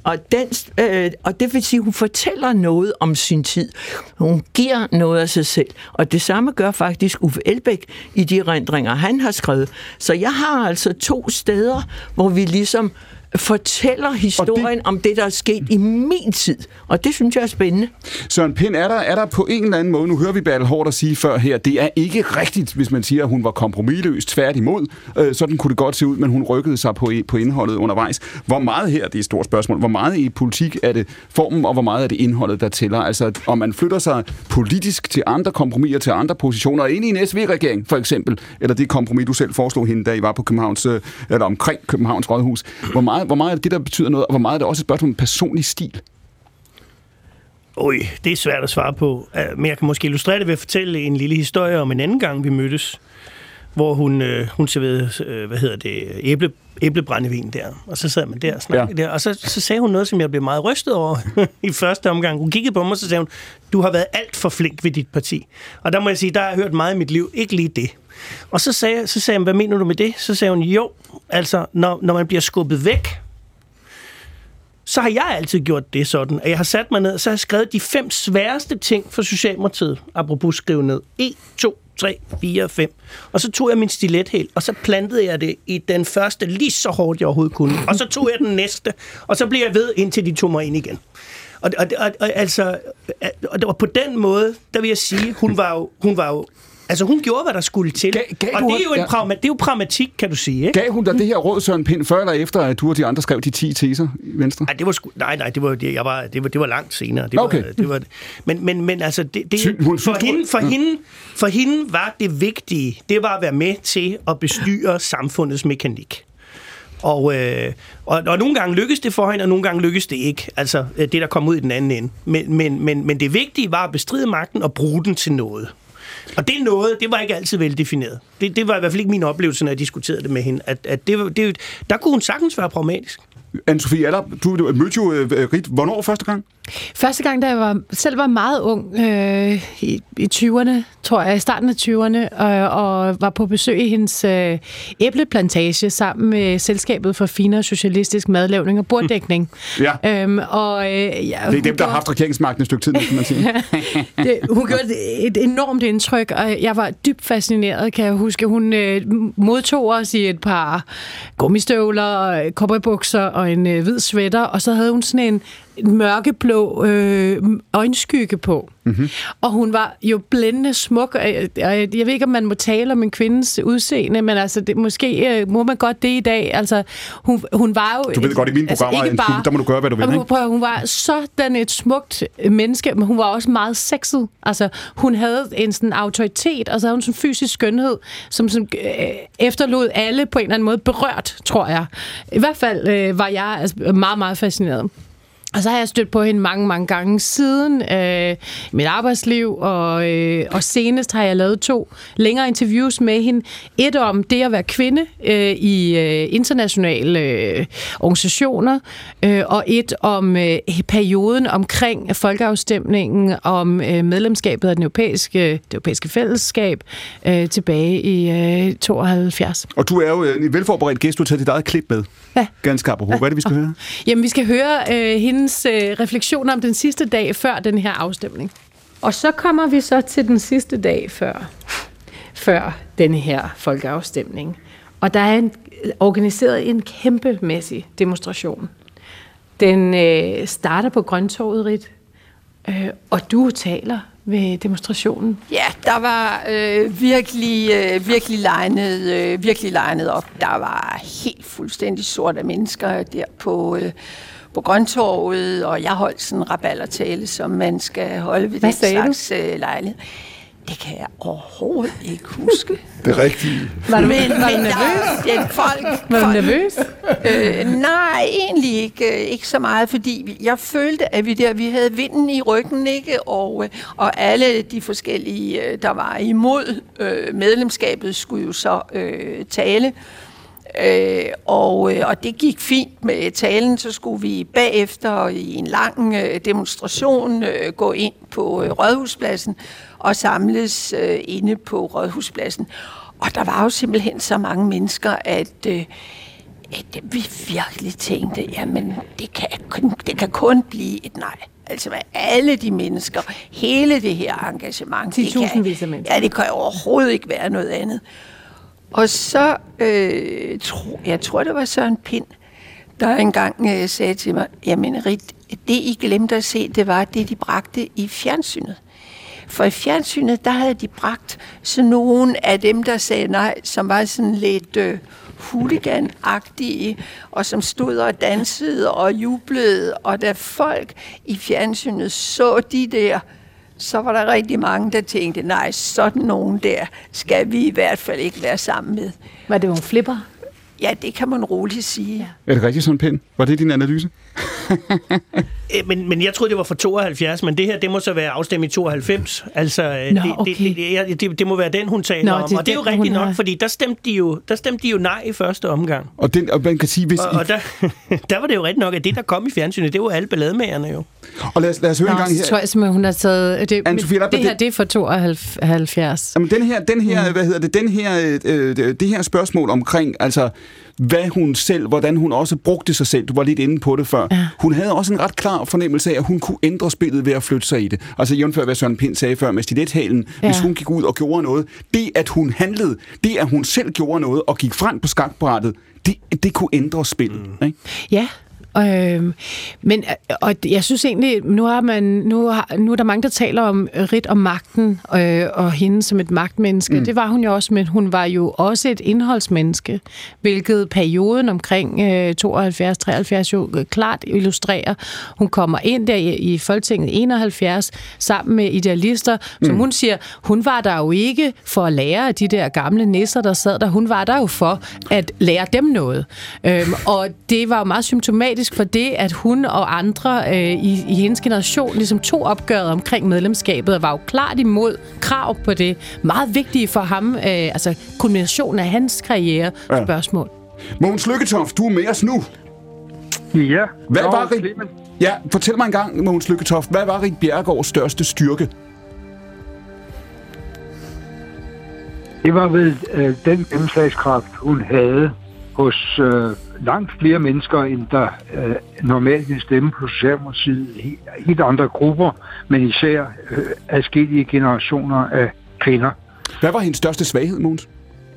Og det vil sige, at hun fortæller noget om sin tid. Hun giver noget af sig selv. Og det samme gør faktisk Uffe Elbæk i de erindringer, han har skrevet. Så jeg har altså 2 steder, hvor vi ligesom fortæller historien om det, der er sket i min tid. Og det synes jeg er spændende. Søren Pind, er der på en eller anden måde, nu hører vi Bertel Haarder sige før her, det er ikke rigtigt, hvis man siger, at hun var kompromisløs, tværtimod. Sådan kunne det godt se ud, men hun rykkede sig på indholdet undervejs. Hvor meget her, det er et stort spørgsmål, hvor meget i politik er det formen, og hvor meget er det indholdet, der tæller? Altså, om man flytter sig politisk til andre kompromiser, til andre positioner, ind i en SV-regering, for eksempel, eller det kompromis, du selv foreslog hende, da I var på eller omkring Københavns Rådhus. Hvor meget er det, der betyder noget, og hvor meget er det også et spørgsmål om personlig stil? Det er svært at svare på. Men jeg kan måske illustrere det ved at fortælle en lille historie om en anden gang, vi mødtes, hvor hun serverede, æblebrændevin der. Og så sad man der og snakkede der. Og så sagde hun noget, som jeg blev meget rystet over i første omgang. Hun kiggede på mig, og så sagde hun, du har været alt for flink ved dit parti. Og der må jeg sige, der har jeg hørt meget i mit liv. Ikke lige det. Og så sagde jeg, hvad mener du med det? Så sagde hun, altså, når man bliver skubbet væk, så har jeg altid gjort det sådan, at jeg har sat mig ned, og så har jeg skrevet de 5 sværeste ting for Socialdemokratiet, apropos skrive ned. 1, 2, 3, 4, 5. Og så tog jeg min stilethæl, og så plantede jeg det i den første lige så hårdt, jeg overhovedet kunne. Og så tog jeg den næste, og så blev jeg ved, indtil de tog mig ind igen. Og på den måde, der vil jeg sige, hun var jo altså, hun gjorde, hvad der skulle til. Det er jo pragmatik, kan du sige, ikke? Gav hun dig det her råd, Søren Pind, før eller efter, at du og de andre skrev de 10 teser i Venstre? Det var langt senere. Men altså, for hende var det vigtige, det var at være med til at bestyre samfundets mekanik. Og nogle gange lykkes det for hende, og nogle gange lykkes det ikke. Altså, det der kom ud i den anden ende. Men det vigtige var at bestride magten og bruge den til noget. Og det var ikke altid veldefineret. Det var i hvert fald ikke min oplevelse, når jeg diskuterede det med hende. Der kunne hun sagtens være pragmatisk. Anne-Sophie Aller, du mødte jo Rit. Hvornår første gang? Første gang, da jeg selv var meget ung, i 20'erne, tror jeg, i starten af 20'erne, og var på besøg i hendes æbleplantage sammen med Selskabet for Finere Socialistisk Madlavning og Borddækning. Ja. Det er dem, der har haft regeringsmagten et stykke tid, kan man sige. Hun gjorde et enormt indtryk, og jeg var dybt fascineret, kan jeg huske. Hun modtog os i et par gummistøvler, cowboybukser og en hvid sweater, og så havde hun sådan en mørkeblå øjenskygge på. Mm-hmm. Og hun var jo blændende smuk. Jeg ved ikke, om man må tale om en kvindes udseende, men altså, måske må man godt det i dag. Altså, hun var jo... Du ved godt, i mine programmer, der må du gøre, hvad du vil, ikke? Hun var sådan et smukt menneske, men hun var også meget sexet. Altså, hun havde en sådan autoritet, og så havde hun sådan fysisk skønhed, som efterlod alle på en eller anden måde berørt, tror jeg. I hvert fald var jeg meget, meget fascineret. Og så har jeg stødt på hende mange, mange gange siden mit arbejdsliv, og senest har jeg lavet 2 længere interviews med hende. Et om det at være kvinde i internationale organisationer, og et om perioden omkring folkeafstemningen om medlemskabet af det europæiske fællesskab tilbage i 72. Og du er jo en velforberedt gæst, du har taget dit eget klip med. Ja. Ganske apropos. Hvad er det, vi skal høre? Jamen, vi skal høre hendes refleksioner om den sidste dag før den her afstemning. Og så kommer vi så til den sidste dag før den her folkeafstemning. Og der er organiseret en kæmpemæssig demonstration. Den starter på Grøntorvet, Rit, og du taler ved demonstrationen. Ja, der var virkelig legnet op. Der var helt fuldstændig sort af mennesker der på Grøntorvet, og jeg holdt sådan en rabaldertale, som man skal holde ved den slags lejlighed. Det kan jeg overhovedet ikke huske. Det er rigtigt. Var du nervøs? Var du nervøs? Nej, egentlig ikke så meget, fordi jeg følte, at vi havde vinden i ryggen, ikke? Og alle de forskellige, der var imod medlemskabet, skulle jo så tale. Og det gik fint med talen, så skulle vi bagefter i en lang demonstration gå ind på Rådhuspladsen og samles inde på Rådhuspladsen. Og der var jo simpelthen så mange mennesker, at vi virkelig tænkte, jamen det kan kun blive et nej. Altså med alle de mennesker, hele det her engagement. 10.000 af mennesker. Ja, det kan overhovedet ikke være noget andet. Og så, jeg tror det var Søren Pind, der engang sagde til mig, jamen Rit, det I glemte at se, det var det, de bragte i fjernsynet. For i fjernsynet, der havde de bragt sådan nogle af dem, der sagde nej, som var sådan lidt hooligan-agtige, og som stod og dansede og jublede. Og da folk i fjernsynet så de der, så var der rigtig mange, der tænkte, nej, sådan nogen der skal vi i hvert fald ikke være sammen med. Var det nogle flipper? Ja, det kan man roligt sige. Ja. Er det rigtigt, Søren Pind? Var det din analyse? Men jeg troede, det var fra 72, men det her, det må så være afstemning i 92. Altså, det må være den, hun taler om. Og det er jo rigtigt nok, fordi der stemte de jo nej i første omgang. Og man kan sige, hvis... Og der var det jo rigtigt nok, at det, der kom i fjernsynet, det var alle ballademagerne jo. Og lad os høre en gang her. Så tror jeg simpelthen, hun har taget... Det her, det er fra 72. Jamen, det her spørgsmål omkring, altså, hvad hun selv, hvordan hun også brugte sig selv. Du var lidt inde på det før. Ja. Hun havde også en ret klar fornemmelse af, at hun kunne ændre spillet ved at flytte sig i det. Altså jævnfør, hvad Søren Pind sagde før med stilethalen. Ja. Hvis hun gik ud og gjorde noget, det at hun handlede, det at hun selv gjorde noget og gik frem på skakbrættet, det kunne ændre spillet. Ikke? Ja. Men jeg synes egentlig, nu er der mange, der taler om Rit og magten og hende som et magtmenneske. Det var hun jo også, men hun var jo også et indholdsmenneske, hvilket perioden omkring 72-73 jo klart illustrerer. Hun kommer ind der i Folketinget 71 sammen med idealister, som hun siger, hun var der jo ikke for at lære af de der gamle nisser, der sad der. Hun var der jo for at lære dem noget. Og det var jo meget symptomatisk for det, at hun og andre i hendes generation ligesom tog opgøret omkring medlemskabet og var jo klart imod krav på det. Meget vigtige for ham, altså kulminationen af hans karriere spørgsmål. Mogens Lykketoft, du er med os nu. Ja. Fortæl mig en gang, Mogens Lykketoft, hvad var Ritt Bjerregaards største styrke? Det var vel den gennemslagskraft, hun havde hos langt flere mennesker, end der normalt vil stemme på Socialdemokratiet. Helt andre grupper, men især adskillige generationer af kvinder. Hvad var hendes største svaghed, Mogens?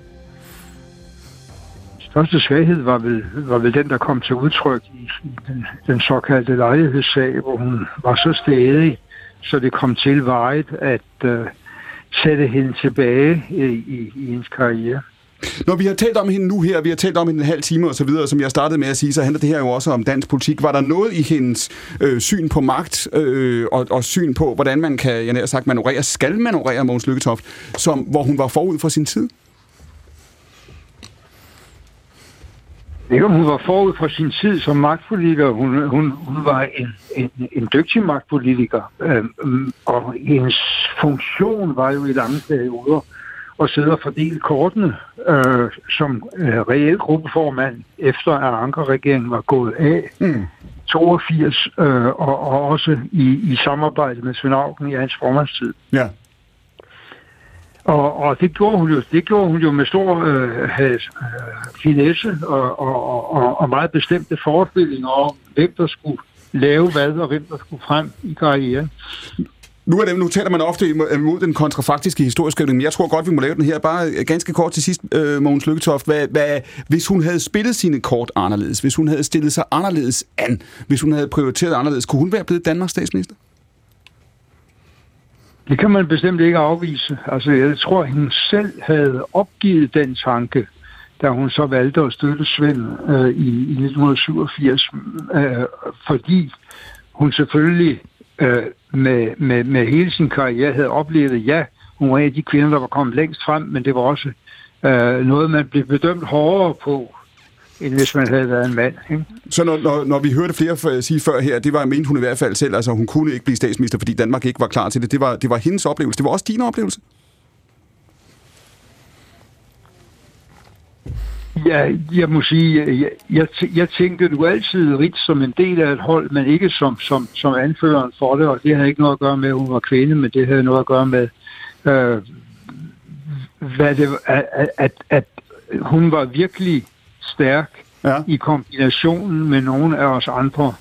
Største svaghed var vel den, der kom til udtryk i den såkaldte lejlighedssag, hvor hun var så stædig, så det kom til vejet at sætte hende tilbage i hendes karriere. Når vi har talt om hende nu her, vi har talt om hende en halv time og så videre, som jeg startede med at sige, så handler det her jo også om dansk politik. Var der noget i hendes syn på magt og syn på, hvordan man kan, jeg nær sagt, skal manøvrere Mogens Lykketoft, hvor hun var forud for sin tid? ikke om hun var forud for sin tid som magtpolitiker. Hun var en dygtig magtpolitiker, og hendes funktion var jo i lange perioder at sidde og fordele kortene som reel gruppeformand, efter at Anker-regeringen var gået af 82, og også i samarbejde med Svend Auken i hans formandstid. Ja. Og det gjorde hun jo med stor finesse og meget bestemte forestillinger om, hvem der skulle lave hvad, og hvem der skulle frem i karrieren. Nu taler man ofte imod den kontrafaktiske historieskrivning, men jeg tror godt, vi må lave den her. Bare ganske kort til sidst, Mogens Lykketoft. Hvis hun havde spillet sine kort anderledes, hvis hun havde stillet sig anderledes an, hvis hun havde prioriteret anderledes, kunne hun være blevet Danmarks statsminister? Det kan man bestemt ikke afvise. Altså, jeg tror, at hun selv havde opgivet den tanke, da hun så valgte at støtte Svend i 1987, fordi hun selvfølgelig med hele sin karriere havde oplevet, ja, hun var en af de kvinder, der var kommet længst frem, men det var også noget, man blev bedømt hårdere på, end hvis man havde været en mand. Ikke? Så når vi hørte flere sige før her, det var, mente hun i hvert fald selv, altså hun kunne ikke blive statsminister, fordi Danmark ikke var klar til det. Det var hendes oplevelse. Det var også din oplevelse? Ja, jeg må sige, jeg tænkte du altid Rit som en del af et hold, men ikke som anføreren for det, og det havde ikke noget at gøre med, at hun var kvinde, men det havde noget at gøre med, hvad det, at hun var virkelig stærk i kombinationen med nogle af os andre.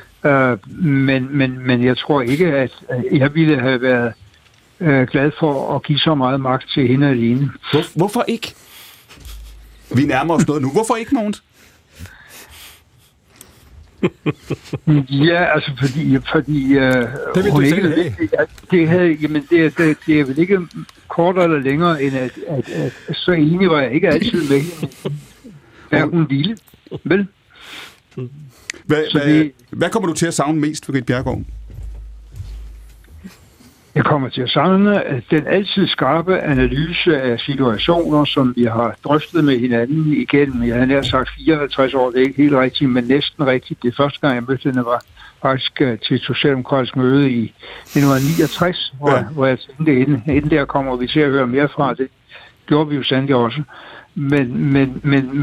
Men jeg tror ikke, at jeg ville have været glad for at give så meget magt til hende alene. Hvorfor ikke? Vi nærmer os noget nu. Hvorfor ikke, Mogens? Ja, altså fordi det hun ikke det er vel ikke kortere eller længere end at så enig var jeg ikke altid med hende. Hvad hun ville, vel? Hvad kommer du til at savne mest ved Ritt Bjerregaard? Jeg kommer til at savne den altid skarpe analyse af situationer, som vi har drøftet med hinanden igennem. Jeg havde nær sagt 54 år, det er ikke helt rigtigt, men næsten rigtigt. Det første gang, jeg mødte hende, var faktisk til et socialdemokratisk møde i 1969, hvor jeg tænkte, inden der kommer vi til at høre mere fra. Det gjorde vi jo sandelig også. Men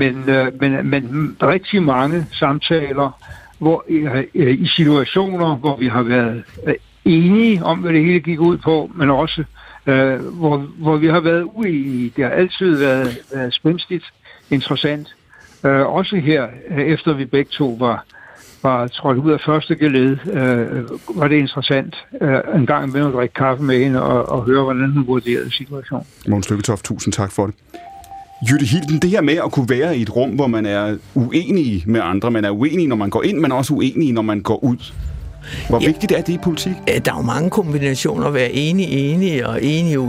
rigtig mange samtaler hvor i situationer, hvor vi har været enige om, hvad det hele gik ud på, men også hvor vi har været uenige. Det har altid været spændstigt, interessant. Også her, efter vi begge to var trådt ud af første geled, var det interessant en gang imellem at drikke kaffe med hende og høre, hvordan hun vurderede situationen. Mogens Lykketoft, tusind tak for det. Jytte Hilden, det her med at kunne være i et rum, hvor man er uenig med andre, man er uenig, når man går ind, men også uenig, når man går ud. Hvor vigtigt er det i politik? Der er jo mange kombinationer at være enig og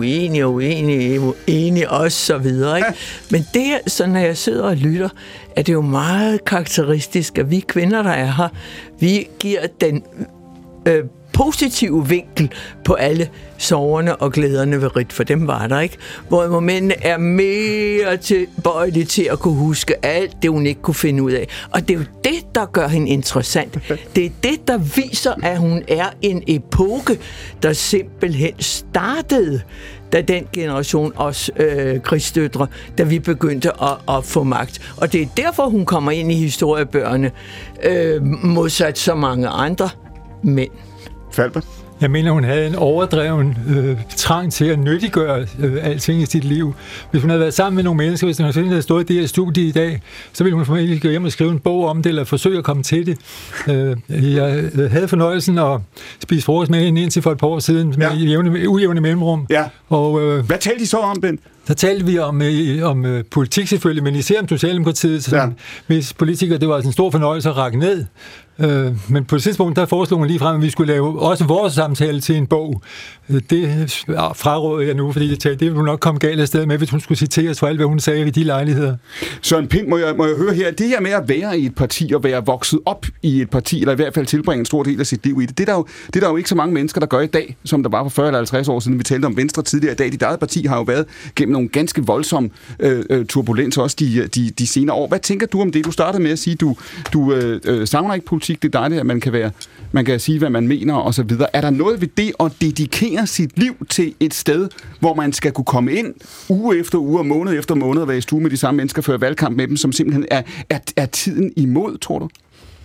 uenig og så videre. Ikke? Men det, så når jeg sidder og lytter, er det jo meget karakteristisk, at vi kvinder, der er her, vi giver den positive vinkel på alle sorgerne og glæderne ved Ritt, for dem var der ikke. Hvor mændene er mere tilbøjelige til at kunne huske alt det, hun ikke kunne finde ud af. Og det er jo det, der gør hende interessant. Det er det, der viser, at hun er en epoke, der simpelthen startede, da den generation, os krigsdøtre, da vi begyndte at få magt. Og det er derfor, hun kommer ind i historiebøgerne, modsat så mange andre mænd. Falber? Jeg mener, hun havde en overdreven trang til at nyttiggøre alting i sit liv. Hvis hun havde været sammen med nogle mennesker, hvis hun havde stået i det her studie i dag, så ville hun formentlig gå hjem og skrive en bog om det, eller forsøge at komme til det. Jeg havde fornøjelsen at spise frokost med hende indtil for et par år siden, med ujævne mellemrum. Ja. Og, hvad talte I så om, Ben? Der talte vi om politik selvfølgelig, men især om Socialdemokratiet, hvis politikere, det var en stor fornøjelse at række ned. Men på et tidspunkt, der foreslog man lige frem, at vi skulle lave også vores samtale til en bog. Det fraråder jeg nu, fordi det ville nok komme galt af sted med, hvis hun skulle citeres for alt, hvad hun sagde i de lejligheder. Søren Pind, må jeg høre her, det her med at være i et parti og være vokset op i et parti, eller i hvert fald tilbringe en stor del af sit liv i det, det er der jo ikke så mange mennesker, der gør i dag, som der var for 40 eller 50 år siden. Vi talte om Venstre tidligere i dag. Dit eget parti har jo været gennem igennem nogle ganske voldsomme turbulenser også de senere år. Hvad tænker du om det? Du startede med at sige, du savner ikke politik. Det er dejligt, at man kan sige, hvad man mener og så videre. Er der noget ved det at dedikere sit liv til et sted, hvor man skal kunne komme ind uge efter uge og måned efter måned og være i stue med de samme mennesker, føre valgkamp med dem, som simpelthen er tiden imod, tror du?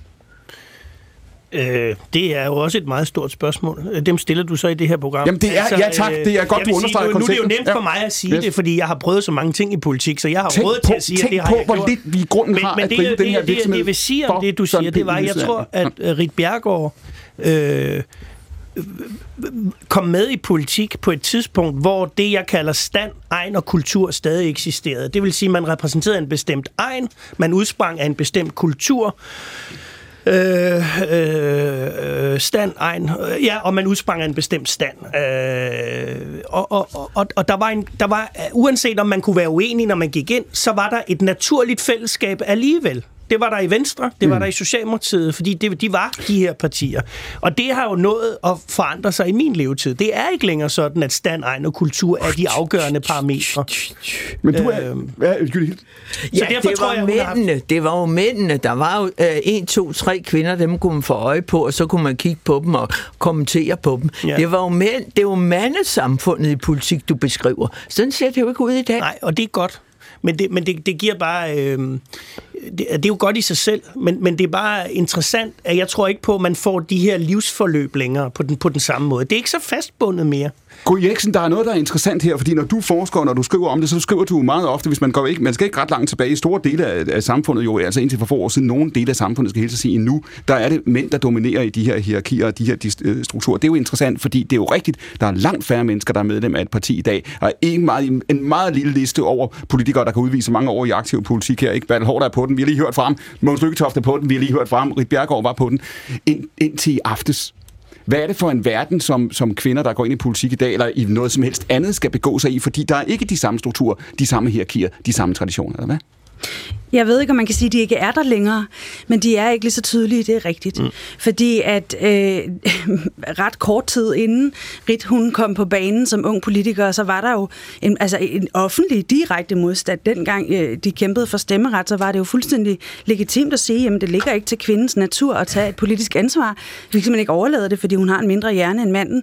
Det er jo også et meget stort spørgsmål. Dem stiller du så i det her program. Jamen det er, ja tak, det er godt, du understreger konceptet. Nu er det jo nemt for mig at sige det, fordi jeg har prøvet så mange ting i politik, så jeg har råd til at sige, at det har jeg gjort. Hvor lidt vi i grunden har at drive den her virksomhed. Det vil sige om det, du siger, det var, jeg tror, at Ritt Bjerregaard kom med i politik på et tidspunkt, hvor det, jeg kalder stand, egn og kultur stadig eksisterede. Det vil sige, at man repræsenterede en bestemt egn, man udsprang af en bestemt kultur, stand, egn, ja, og man udsprang af en bestemt stand. Og der var, uanset om man kunne være uenig, når man gik ind, så var der et naturligt fællesskab alligevel. Det var der i Venstre, det var der i Socialdemokratiet, fordi de var de her partier. Og det har jo nået at forandre sig i min levetid. Det er ikke længere sådan, at stand, egn og kultur er de afgørende parametre. Men du er... Ja, det var jo mændene. Der var jo 1, 2, 3 kvinder, dem kunne man få øje på, og så kunne man kigge på dem og kommentere på dem. Ja. Det var jo mænd. Det er jo mandesamfundet i politik, du beskriver. Sådan ser det jo ikke ud i dag. Nej, og det er godt. Men det giver bare... det er jo godt i sig selv, men det er bare interessant, at jeg tror ikke på, at man får de her livsforløb længere på den samme måde. Det er ikke så fastbundet mere. Gry Eriksen, der er noget, der er interessant her, fordi når du forsker, når du skriver om det, så skriver du meget ofte, hvis man går ikke, man skal ikke ret langt tilbage i store dele af samfundet, jo altså indtil for få år siden, nogle dele af samfundet skal helt sige endnu, der er det mænd, der dominerer i de her hierarkier og de her strukturer. Det er jo interessant, fordi det er jo rigtigt, der er langt færre mennesker, der er medlem af et parti i dag, og en meget lille liste over politikere, der kan udvise mange år i aktiv politik her. Ikke? Bertel Haarder er på den, vi har lige hørt fra ham, Mogens Lykketoft er på den, vi har lige hørt fra ham, Ritt Bjerregaard var på den, indtil i aftes. Hvad er det for en verden, som kvinder, der går ind i politik i dag, eller i noget som helst andet, skal begå sig i? Fordi der er ikke de samme strukturer, de samme hierarkier, de samme traditioner, eller hvad? Jeg ved ikke, om man kan sige, at de ikke er der længere, men de er ikke lige så tydelige, det er rigtigt. Fordi at ret kort tid inden Ritt, hun kom på banen som ung politiker, så var der jo en offentlig direkte modstand. Dengang de kæmpede for stemmeret, så var det jo fuldstændig legitimt at sige, at det ligger ikke til kvindens natur at tage et politisk ansvar. Vi kan simpelthen ikke overlade det, fordi hun har en mindre hjerne end manden.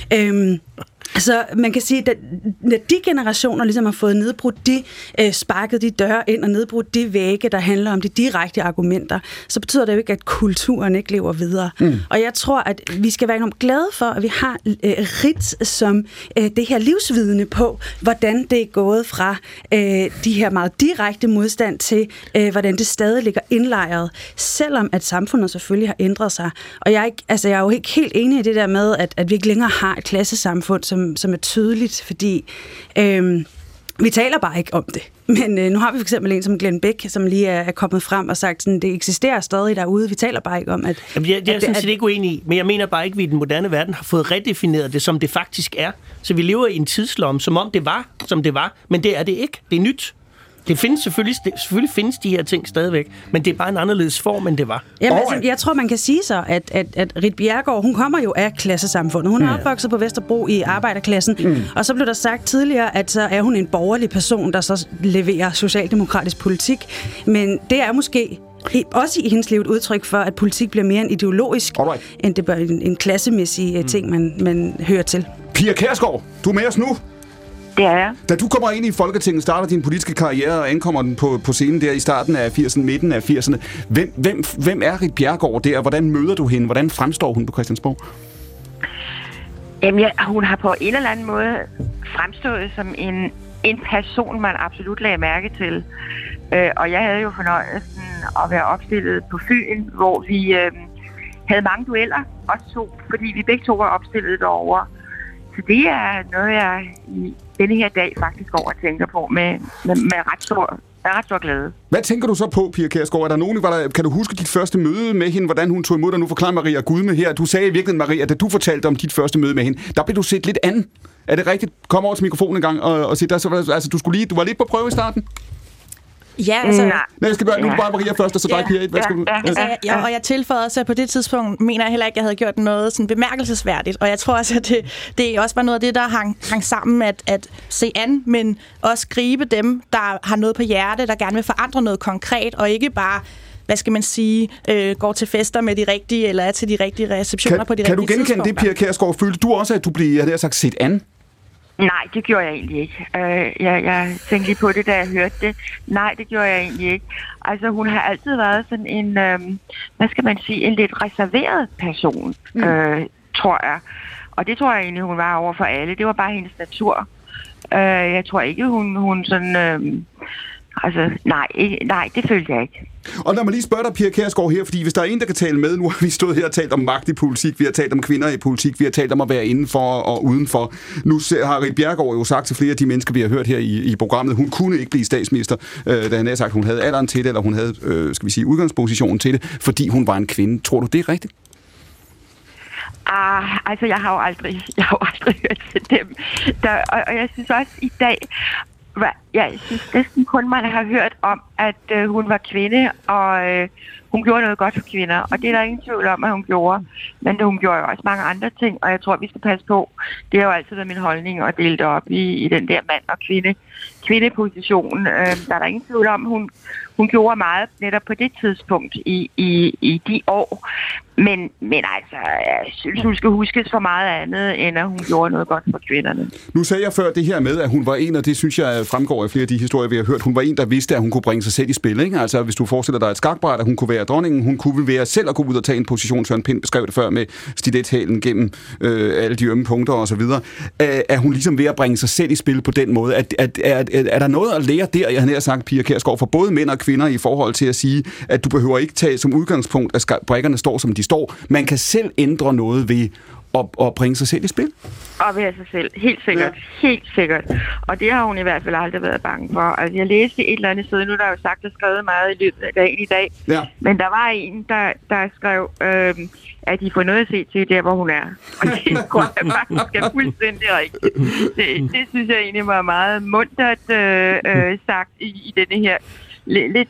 Så man kan sige, at når de generationer ligesom har fået nedbrudt sparket de døre ind og nedbrudt de vægge, der handler om de direkte argumenter, så betyder det jo ikke, at kulturen ikke lever videre. Og jeg tror, at vi skal være enormt glade for, at vi har Ritt som det her livsvidne på, hvordan det er gået fra de her meget direkte modstand til, hvordan det stadig ligger indlejret, selvom at samfundet selvfølgelig har ændret sig. Og jeg er jo ikke helt enig i det der med, at vi ikke længere har et klassesamfund, som er tydeligt, fordi vi taler bare ikke om det. Men nu har vi for eksempel en som Glenn Beck, som lige er kommet frem og sagt, at det eksisterer stadig derude. Vi taler bare ikke om, at... Jamen, jeg er sådan set ikke uenig i, men jeg mener bare ikke, at vi i den moderne verden har fået redefineret det, som det faktisk er. Så vi lever i en tidslomme, som om det var, som det var, men det er det ikke. Det er nyt. Det findes selvfølgelig findes de her ting stadigvæk, men det er bare en anderledes form, end det var. Jamen, jeg tror, man kan sige så, at Ritt Bjerregaard, hun kommer jo af klassesamfundet. Hun er opvokset på Vesterbro i arbejderklassen, og så blev der sagt tidligere, at så er hun en borgerlig person, der så leverer socialdemokratisk politik. Men det er måske også i hendes liv et udtryk for, at politik bliver mere en ideologisk, end det bør en klassemæssig ting, man hører til. Pia Kjærsgaard, du er med os nu. Det er jeg. Da du kommer ind i Folketinget, starter din politiske karriere og ankommer den på scenen der i starten af 80'erne, midten af 80'erne. Hvem er Ritt Bjerregaard der? Hvordan møder du hende? Hvordan fremstår hun på Christiansborg? Jamen, hun har på en eller anden måde fremstået som en person, man absolut lagde mærke til. Og jeg havde jo fornøjelsen at være opstillet på Fyn, hvor vi havde mange dueller, os to, fordi vi begge to var opstillet derovre. Så det er noget, jeg i denne her dag faktisk går og tænker på med ret stor glæde. Hvad tænker du så på, Pia Kjærsgaard? Er der nogen, kan du huske dit første møde med hende, hvordan hun tog imod dig? Nu forklarer Maria Gudme her. Du sagde i virkeligheden, Maria, da du fortalte om dit første møde med hende, der blev du set lidt an. Er det rigtigt? Kom over til mikrofonen en gang og se der. Altså, du var lidt på prøve i starten? Ja, altså... Nej, jeg skal bare, nu bare Maria først, og så dig, Pia. Hvad skal du? Og jeg tilføjede også, at på det tidspunkt mener jeg heller ikke, at jeg havde gjort noget sådan bemærkelsesværdigt. Og jeg tror også, at det også var noget af det, der hang sammen at se an, men også gribe dem, der har noget på hjerte, der gerne vil forandre noget konkret, og ikke bare, hvad skal man sige, går til fester med de rigtige, eller er til de rigtige receptioner på de rigtige tidspunkter. Kan du genkende det, Pia Kjærsgaard? Følte du også, at du blev, jeg har sagt, set an? Nej, det gjorde jeg egentlig ikke. Jeg tænkte lige på det, da jeg hørte det. Nej, det gjorde jeg egentlig ikke. Altså, hun har altid været sådan en, hvad skal man sige, en lidt reserveret person, tror jeg. Og det tror jeg egentlig, hun var over for alle. Det var bare hendes natur. Jeg tror ikke, hun sådan... nej, det følte jeg ikke. Og lad mig lige spørge dig, Pia Kjærsgaard, her, fordi hvis der er en, der kan tale med, nu har vi stået her og talt om magt i politik, vi har talt om kvinder i politik, vi har talt om at være indenfor og udenfor. Nu har Ritt Bjerregaard jo sagt til flere af de mennesker, vi har hørt her i programmet, hun kunne ikke blive statsminister, da han har sagt, hun havde alderen til det, eller hun havde, skal vi sige, udgangspositionen til det, fordi hun var en kvinde. Tror du, det er rigtigt? Altså, jeg har jo aldrig hørt til dem. Og jeg synes også i dag... Jeg synes næsten kun, man har hørt om, at hun var kvinde, og hun gjorde noget godt for kvinder. Og det er der ingen tvivl om, at hun gjorde. Men hun gjorde jo også mange andre ting, og jeg tror, vi skal passe på. Det har jo altid været min holdning at dele det op i den der mand- og kvindeposition. Der er der ingen tvivl om, hun gjorde meget netop på det tidspunkt i de år. Men altså, jeg synes, hun skal huskes for meget andet, end at hun gjorde noget godt for kvinderne. Nu sagde jeg før det her med, at hun var en, og det synes jeg fremgår af flere af de historier, vi har hørt. Hun var en, der vidste, at hun kunne bringe sig selv i spil. Ikke? Altså, hvis du forestiller dig et skakbræt, at hun kunne være dronningen, hun kunne være selv at gå ud og tage en position. Søren Pind beskrev det før med stilethælen gennem alle de ømme punkter osv. Er hun ligesom ved at bringe sig selv i spil på den måde? Er der noget at lære der, jeg har sagt, Pia Kjærsgaard, for både mænd og kvinder i forhold til at sige, at du behøver ikke tage som udgangspunkt, at brækkerne står, som de står. Man kan selv ændre noget ved at bringe sig selv i spil? Og ved sig selv. Helt sikkert. Ja. Helt sikkert. Og det har hun i hvert fald aldrig været bange for. Altså, jeg læste et eller andet sted, nu der er jo sagt og skrevet meget i løbet af dagen i dag. Ja. Men der var en, der skrev, at de får noget at se til der, hvor hun er. Og det tror jeg faktisk er fuldstændig rigtigt. Det synes jeg egentlig var meget muntert sagt i denne her lidt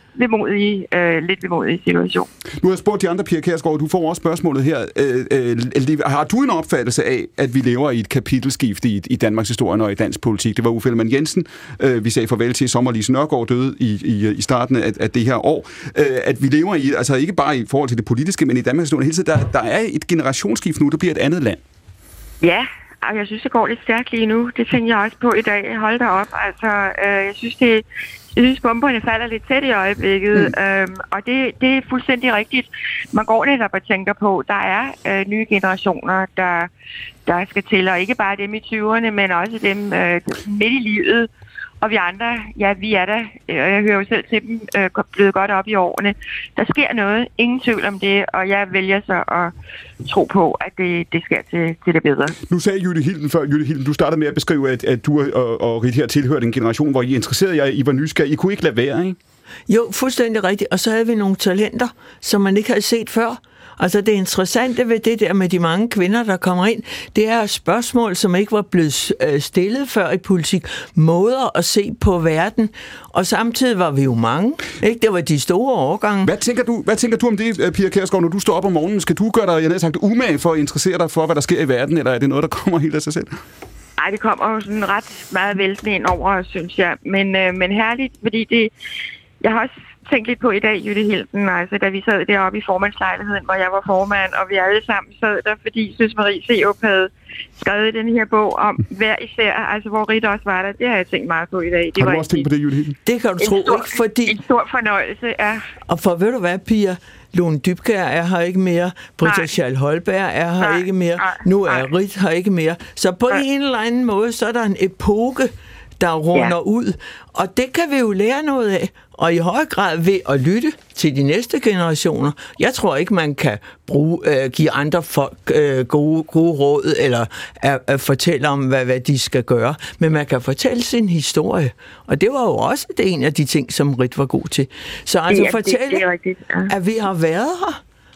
vemodige situation. Nu har jeg spurgt de andre, Pia Kjærsgaard, du får også spørgsmålet her. Har du en opfattelse af, at vi lever i et kapitelskifte i Danmarks historie og i dansk politik? Det var Uffe Ellemann-Jensen, vi sagde farvel til Sommer Lise Nørgaard døde i starten af det her år. At vi lever i, altså ikke bare i forhold til det politiske, men i Danmarks historie hele tiden, der er et generationsskift nu, der bliver et andet land. Ja. Og jeg synes, det går lidt stærkt lige nu. Det tænker jeg også på i dag. Hold da op. Altså, jeg synes, bomberne falder lidt tæt i øjeblikket. Og det er fuldstændig rigtigt. Man går netop og tænker på, der er nye generationer, der skal til. Og ikke bare dem i 20'erne, men også dem midt i livet. Og vi andre, ja, vi er der, og jeg hører jo selv til dem, blevet godt op i årene. Der sker noget, ingen tvivl om det, og jeg vælger så at tro på, at det sker til det bedre. Nu sagde Jytte Hilden før, du startede med at beskrive, at du og Ritt her tilhørte en generation, hvor I interesserede jer, I var nysgerrige, I kunne ikke lade være, ikke? Jo, fuldstændig rigtigt, og så havde vi nogle talenter, som man ikke havde set før. Altså det interessante ved det der med de mange kvinder, der kommer ind, det er spørgsmål, som ikke var blevet stillet før i politik. Måder at se på verden, og samtidig var vi jo mange. Ikke? Det var de store årgange. Hvad tænker du om det, Pia Kjærsgaard, når du står op om morgenen? Skal du gøre dig, jeg har sagt, umage for at interessere dig for, hvad der sker i verden, eller er det noget, der kommer helt af sig selv? Nej, det kommer jo sådan ret meget væltende ind over, synes jeg. Men herligt, fordi det... Jeg har også tænkt lidt på i dag, Jytte Hilden, altså da vi sad deroppe i formandslejligheden, hvor jeg var formand, og vi alle sammen sad der, fordi Søs Marie Serup havde skrevet den her bog om hver især, altså hvor Ritt også var der. Det har jeg tænkt meget på i dag. Har du også tænkt på det, Jytte Hilden? Det kan du tro, ikke? Fordi... En stor fornøjelse, ja. Og for ved du hvad, Pia? Lone Dybkjær er her ikke mere. Britta Schall Holberg er her ikke mere. Nu er Ritt her ikke mere. Så på en eller anden måde, så er der en epoke, der runder ud. Og det kan vi jo lære noget af. Og i høj grad ved at lytte til de næste generationer. Jeg tror ikke, man kan give andre folk gode råd, eller fortælle om, hvad de skal gøre. Men man kan fortælle sin historie. Og det var jo også en af de ting, som Ritt var god til. Så altså fortælle, at vi har været her,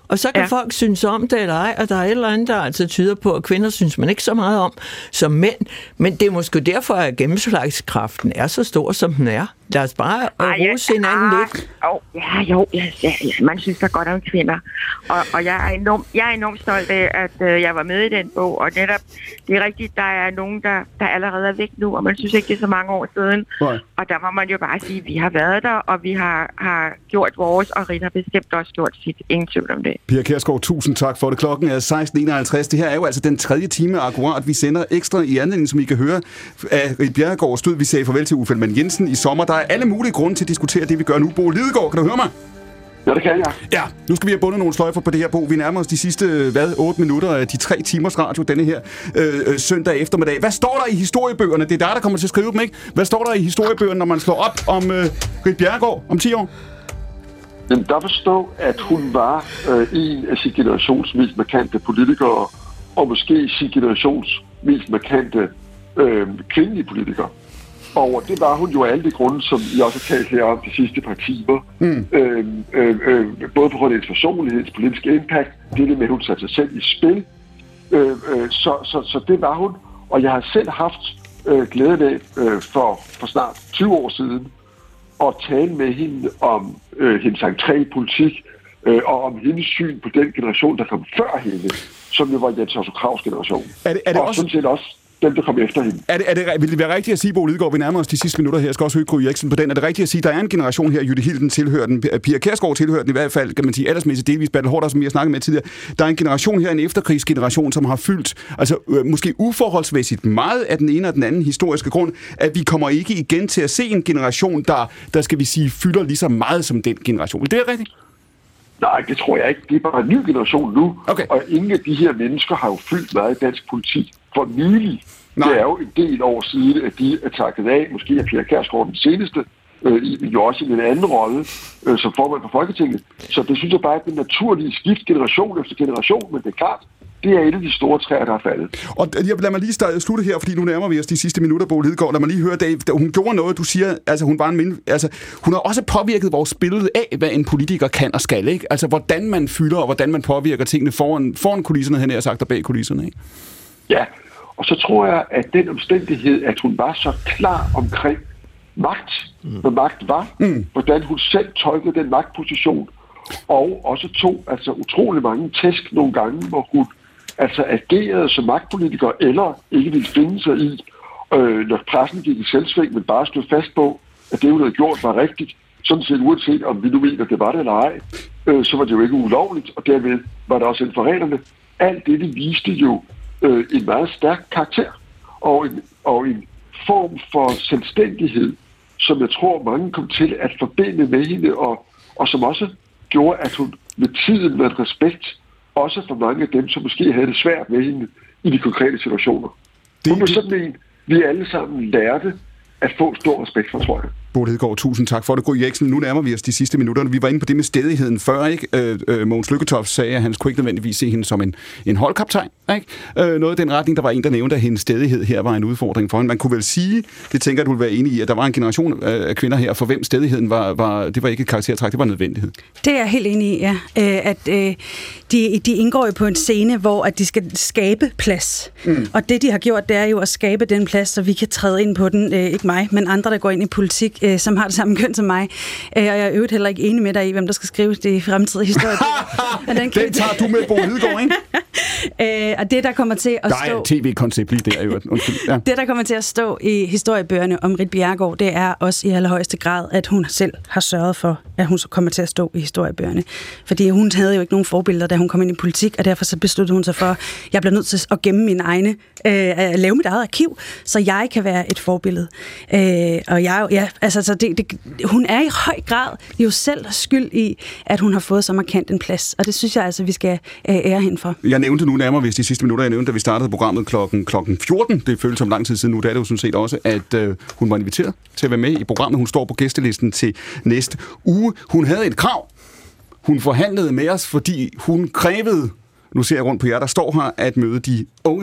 Og så kan folk synes om det eller ej, og der er et eller andet, der altså tyder på, at kvinder synes man ikke så meget om som mænd. Men det er måske derfor, at gennemslagskraften er så stor, som den er. Lad os bare rose hinanden lidt. Man synes da godt om kvinder. Og jeg er enormt stolt af, at jeg var med i den bog. Og netop, det er rigtigt, der er nogen, der allerede er væk nu, og man synes ikke, det er så mange år siden. Nej. Og der må man jo bare sige, at vi har været der, og vi har gjort vores, og Rit har bestemt også gjort sit. Ingen tvivl om det. Pia Kjærsgaard, tusind tak for det. Klokken er 16.51. Det her er jo altså den 3. time akkurat. Vi sender ekstra i anledning, som I kan høre, af Ritt Bjerregaards død. Vi sagde farvel til Uffe Ellemann-Jensen i sommer. Der er alle mulige grunde til at diskutere det, vi gør nu. Bo Lidegaard, kan du høre mig? Ja, det kan jeg. Ja, nu skal vi have bundet nogle sløjfer på det her, Bo. Vi nærmer os de sidste, 8 minutter af de 3 timers radio denne her søndag eftermiddag. Hvad står der i historiebøgerne? Det er der kommer til at skrive dem, ikke? Hvad står der i historiebøgerne, når man slår op om Ritt Bjerregaard om 10 år? Jamen, der forstå, at hun var en af sin generations mest markante politikere, og måske sin generations mest markante kvindelige politikere. Og det var hun jo af alle de grunde, som I også har talt her om de sidste par timer. Både på grund af hendes personlighed, hendes politiske impact, det med, at hun satte sig selv i spil. Så det var hun. Og jeg har selv haft glæden af for snart 20 år siden at tale med hende om hendes entré i politik, og om hendes syn på den generation, der kom før hende, som jo var Jens Otto Krags generation. Er det og sådan set også dem, der kom efter hende. Vil det være rigtigt at sige, Bo Lidegaard, vi nærmer os de sidste minutter her, jeg skal også høre Gry Eriksen på den, er det rigtigt at sige, at der er en generation her, Jytte Hilden tilhører den, Pia Kjærsgaard tilhører den i hvert fald, kan man sige, aldersmæssigt delvis Bertel Haarder, som vi har snakket med tidligere. Der er en generation her, en efterkrigsgeneration, som har fyldt, altså måske uforholdsmæssigt meget af den ene og den anden historiske grund, at vi kommer ikke igen til at se en generation, der skal vi sige, fylder lige så meget som den generation. Det er rigtigt? Nej, det tror jeg ikke. Det er bare en ny generation nu. Okay. Og ingen af de her mennesker har jo fyldt meget i dansk politik for nylig. Nej. Det er jo en del år siden, at de er takket af. Måske er Pia Kjærsgaard den seneste, jo også i en anden rolle som formand for Folketinget. Så det synes jeg bare er den naturlige skift generation efter generation, men det er klart, det er et af de store træer, der er faldet. Og lad mig lige slutte her, fordi nu nærmer vi os de sidste minutter, Bo Lidegaard. Lad mig lige høre, da hun gjorde noget, du siger, altså hun har også påvirket vores billede af, hvad en politiker kan og skal, ikke? Altså hvordan man fylder, og hvordan man påvirker tingene foran kulisserne, han har sagt, og bag kulisserne, ikke? Ja, og så tror jeg, at den omstændighed, at hun var så klar omkring magt, hvad magt var, hvordan hun selv tolkede den magtposition, og også tog altså utrolig mange tæsk nogle gange, hvor hun altså agerede som magtpolitiker, eller ikke ville finde sig i, når pressen gik i selvsving, men bare stod fast på, at det, hun havde gjort, var rigtigt. Sådan set uanset, om vi nu mener, det var det eller ej, så var det jo ikke ulovligt, og derved var der også inden for reglerne. Alt det viste jo en meget stærk karakter, og en form for selvstændighed, som jeg tror, mange kom til at forbinde med hende, og som også gjorde, at hun med tiden med respekt, også for mange af dem, som måske havde det svært med hende i de konkrete situationer. Hun var sådan en, vi alle sammen lærte at få stor respekt for, tror jeg. Bo Lidegaard, tusind tak for det. Gry Eriksen, nu nærmer vi os de sidste minutter. Vi var inde på det med stædigheden før, ikke? Mogens Lykketoft sagde, at han skulle ikke nødvendigvis se hende som en holdkaptajn, ikke? Noget i den retning, der var en, der nævnte, at hendes stædighed her var en udfordring for hende. Man kunne vel sige, det tænker jeg, du vil være enig i, at der var en generation af kvinder her, for hvem stædigheden det var ikke et karaktertræk, det var en nødvendighed. Det er jeg helt enig i, ja. At de indgår jo på en scene, hvor at de skal skabe plads. Og det, de har gjort, det er jo at skabe den plads, så vi kan træde ind på den. Ikke mig, men andre, der går ind i politik, som har det samme køn som mig. Og jeg er øvrigt heller ikke enig med dig i, hvem der skal skrive det i fremtidige historier. Den tager du med, Bo Lidegaard, ikke? Og det, der kommer til at stå... Der er et tv-koncept lige der, jo. Ja. Det, der kommer til at stå i historiebøgerne om Ritt Bjerregaard, det er også i allerhøjeste grad, at hun selv har sørget for, at hun så kommer til at stå i historiebøgerne. Fordi hun havde jo ikke nogen forbilleder, da hun kom ind i politik, og derfor så besluttede hun sig for, at jeg bliver nødt til at gemme mine egne, at lave mit eget arkiv, så jeg kan være et forbillede. Og hun er i høj grad jo selv skyld i, at hun har fået så markant en plads, og det synes jeg altså, vi skal ære hende for. Jeg nævnte nu nærmere, hvis de sidste minutter, jeg nævnte, da vi startede programmet klokken 14, det føles som lang tid siden nu, der er det jo sådan set også, at hun var inviteret til at være med i programmet. Hun står på gæstelisten til næste uge. Hun havde et krav. Hun forhandlede med os, fordi hun krævede, nu ser jeg rundt på jer, der står her, at møde de unge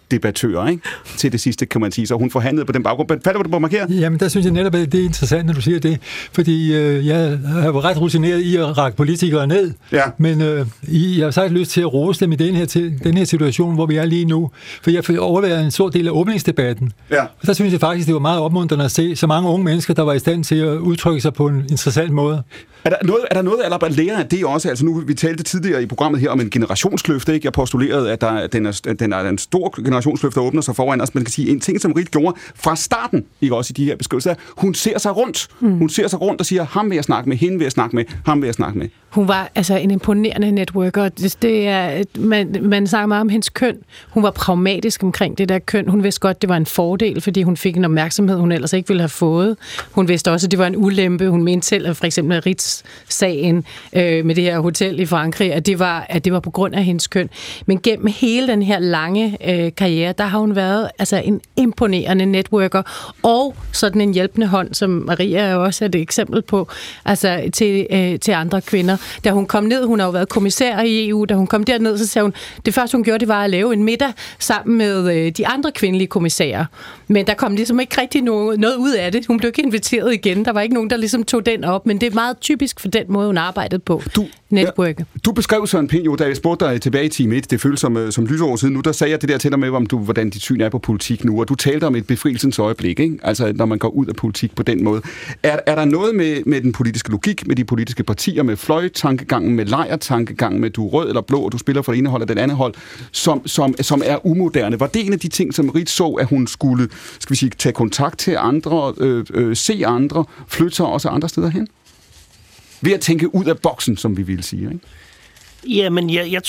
debattører, ikke? Til det sidste, kan man sige. Så hun forhandlede på den baggrund. Falder du på markeret? Jamen, der synes jeg netop, at det er interessant, når du siger det. Fordi jeg har været ret rutineret i at række politikere ned. Ja. Men jeg har sagt lyst til at rose dem i den her situation, hvor vi er lige nu. For jeg overværede en stor del af åbningsdebatten. Ja. Og der synes jeg faktisk, det var meget opmuntrende at se så mange unge mennesker, der var i stand til at udtrykke sig på en interessant måde. Er der noget at lære af det også? Altså nu, vi talte tidligere i programmet her om en generationsløfte, ikke? Jeg postulerede, at den er en stor generationsløfte, der åbner sig foran os. Man kan sige, en ting, som Ritt gjorde fra starten, ikke også i de her beskrivelser, hun ser sig rundt. Hun ser sig rundt og siger, ham vil jeg snakke med, hende vil jeg snakke med, ham vil jeg snakke med. Hun var altså en imponerende networker. Det er, man snakker meget om hendes køn. Hun var pragmatisk omkring det der køn. Hun vidste godt, det var en fordel, fordi hun fik en opmærksomhed, hun ellers ikke ville have fået. Hun vidste også, at det var en ulempe. Hun mente selv, at for eksempel Ritz-sagen med det her hotel i Frankrig, at det var på grund af hendes køn. Men gennem hele den her lange karriere, der har hun været altså en imponerende networker og sådan en hjælpende hånd, som Maria også er et eksempel på, altså til andre kvinder. Da hun kom ned, hun har jo været kommissær i EU, da hun kom derned, så sagde hun, det første hun gjorde, det var at lave en middag sammen med de andre kvindelige kommissærer. Men der kom ligesom ikke rigtig noget ud af det. Hun blev ikke inviteret igen. Der var ikke nogen, der ligesom tog den op, men det er meget typisk for den måde, hun arbejdede på. Network. Du beskrev Søren Pind jo, da jeg spurgte dig tilbage i time 1, det føles som lysår siden nu, der sagde jeg det der til dig med, hvordan dit syn er på politik nu, og du talte om et befrielsens øjeblik, ikke? Altså når man går ud af politik på den måde. Er der noget med den politiske logik, med de politiske partier, med fløjtankegangen, med lejrtankegangen, med du er rød eller blå, og du spiller for det ene hold og den anden hold, som er umoderne? Var det en af de ting, som Ritt så, at hun skulle, skal vi sige, tage kontakt til andre, se andre, flytte sig også andre steder hen? Ved at tænke ud af boksen, som vi ville sige, ikke? Ja, men jeg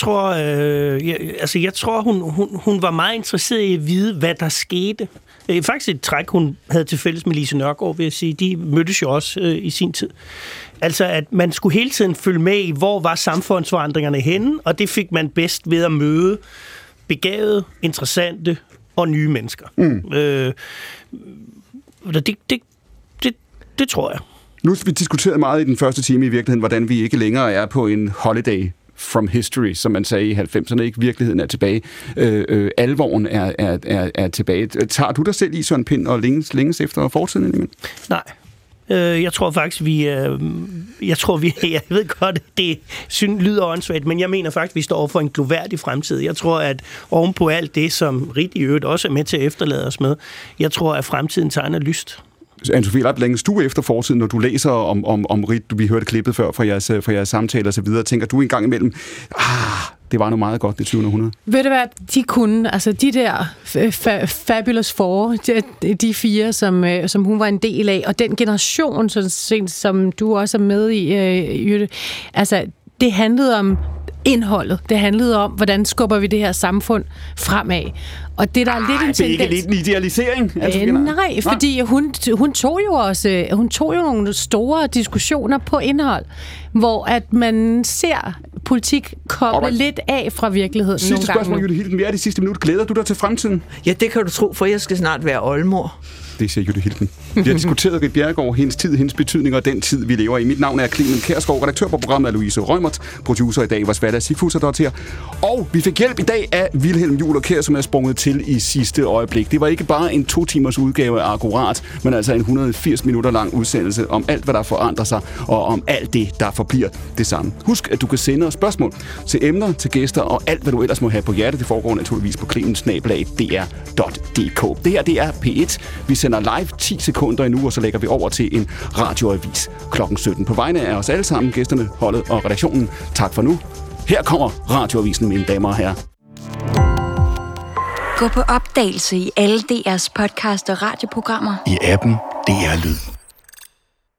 tror, hun var meget interesseret i at vide, hvad der skete. Faktisk et træk, hun havde til fælles med Lise Nørgaard, vil jeg sige. De mødtes jo også i sin tid. Altså, at man skulle hele tiden følge med i, hvor var samfundsforandringerne henne, og det fik man bedst ved at møde begavede, interessante og nye mennesker. Det tror jeg. Nu har vi diskuteret meget i den første time i virkeligheden, hvordan vi ikke længere er på en holiday from history, som man sagde i 90'erne. Ikke? Virkeligheden er tilbage. Alvoren er tilbage. Tager du dig selv i, Søren Pind, og længes efter fortiden? Imellem? Nej. Jeg tror faktisk, jeg ved godt, det lyder åndssvagt, men jeg mener faktisk, vi står over for en gloværdig fremtid. Jeg tror, at ovenpå alt det, som Ritt i øvrigt også er med til at efterlade os med, jeg tror, at fremtiden tegner lyst. Anne-Sophie Lapp, længes du efter fortiden, når du læser om Ritt, vi hørte klippet før fra jeres samtaler og så videre, tænker du en gang imellem, det var noget meget godt, det 20. århundrede? Ved du hvad, de kunne, altså de der Fabulous Four, de fire, som hun var en del af, og den generation, som du også er med i, Jytte, altså det handlede om indholdet. Det handlede om, hvordan skubber vi det her samfund fremad. Og det der er lidt en tendens. Det er ikke lidt en idealisering? Nej, fordi hun tog jo nogle store diskussioner på indhold, hvor at man ser politik koble lidt af fra virkeligheden. Sidste spørgsmål, Jytte Hilden. Vi er de sidste minut. Glæder du dig til fremtiden? Ja, det kan du tro, for jeg skal snart være oldemor. Det siger Jytte Hilden. Vi har diskuteret Ritt Bjerregaard, hendes tid, hendes betydning og den tid, vi lever i. Mit navn er Clement Kjærsgaard, redaktør på programmet er Louise Rømert, producer i dag var Sværdag Sigfusser. Og vi fik hjælp i dag af Vilhelm Juhl Kjær, som er sprunget til i sidste øjeblik. Det var ikke bare en 2 timers udgave af Akkurat, men altså en 180 minutter lang udsendelse om alt, hvad der forandrer sig, og om alt det, der forbliver det samme. Husk, at du kan sende os spørgsmål til emner, til gæster og alt, hvad du ellers må have på hjertet. Det foregår naturligvis på clement@dr.dk. Det her, det er P1. Vi sender live 10 sekunder endnu, og så lægger vi over til en radioavis klokken 17. På vegne af os alle sammen, gæsterne, holdet og redaktionen. Tak for nu. Her kommer radioavisen, mine damer og herrer. Gå på opdagelse i alle DR's podcast og radioprogrammer. I appen DR Lyd.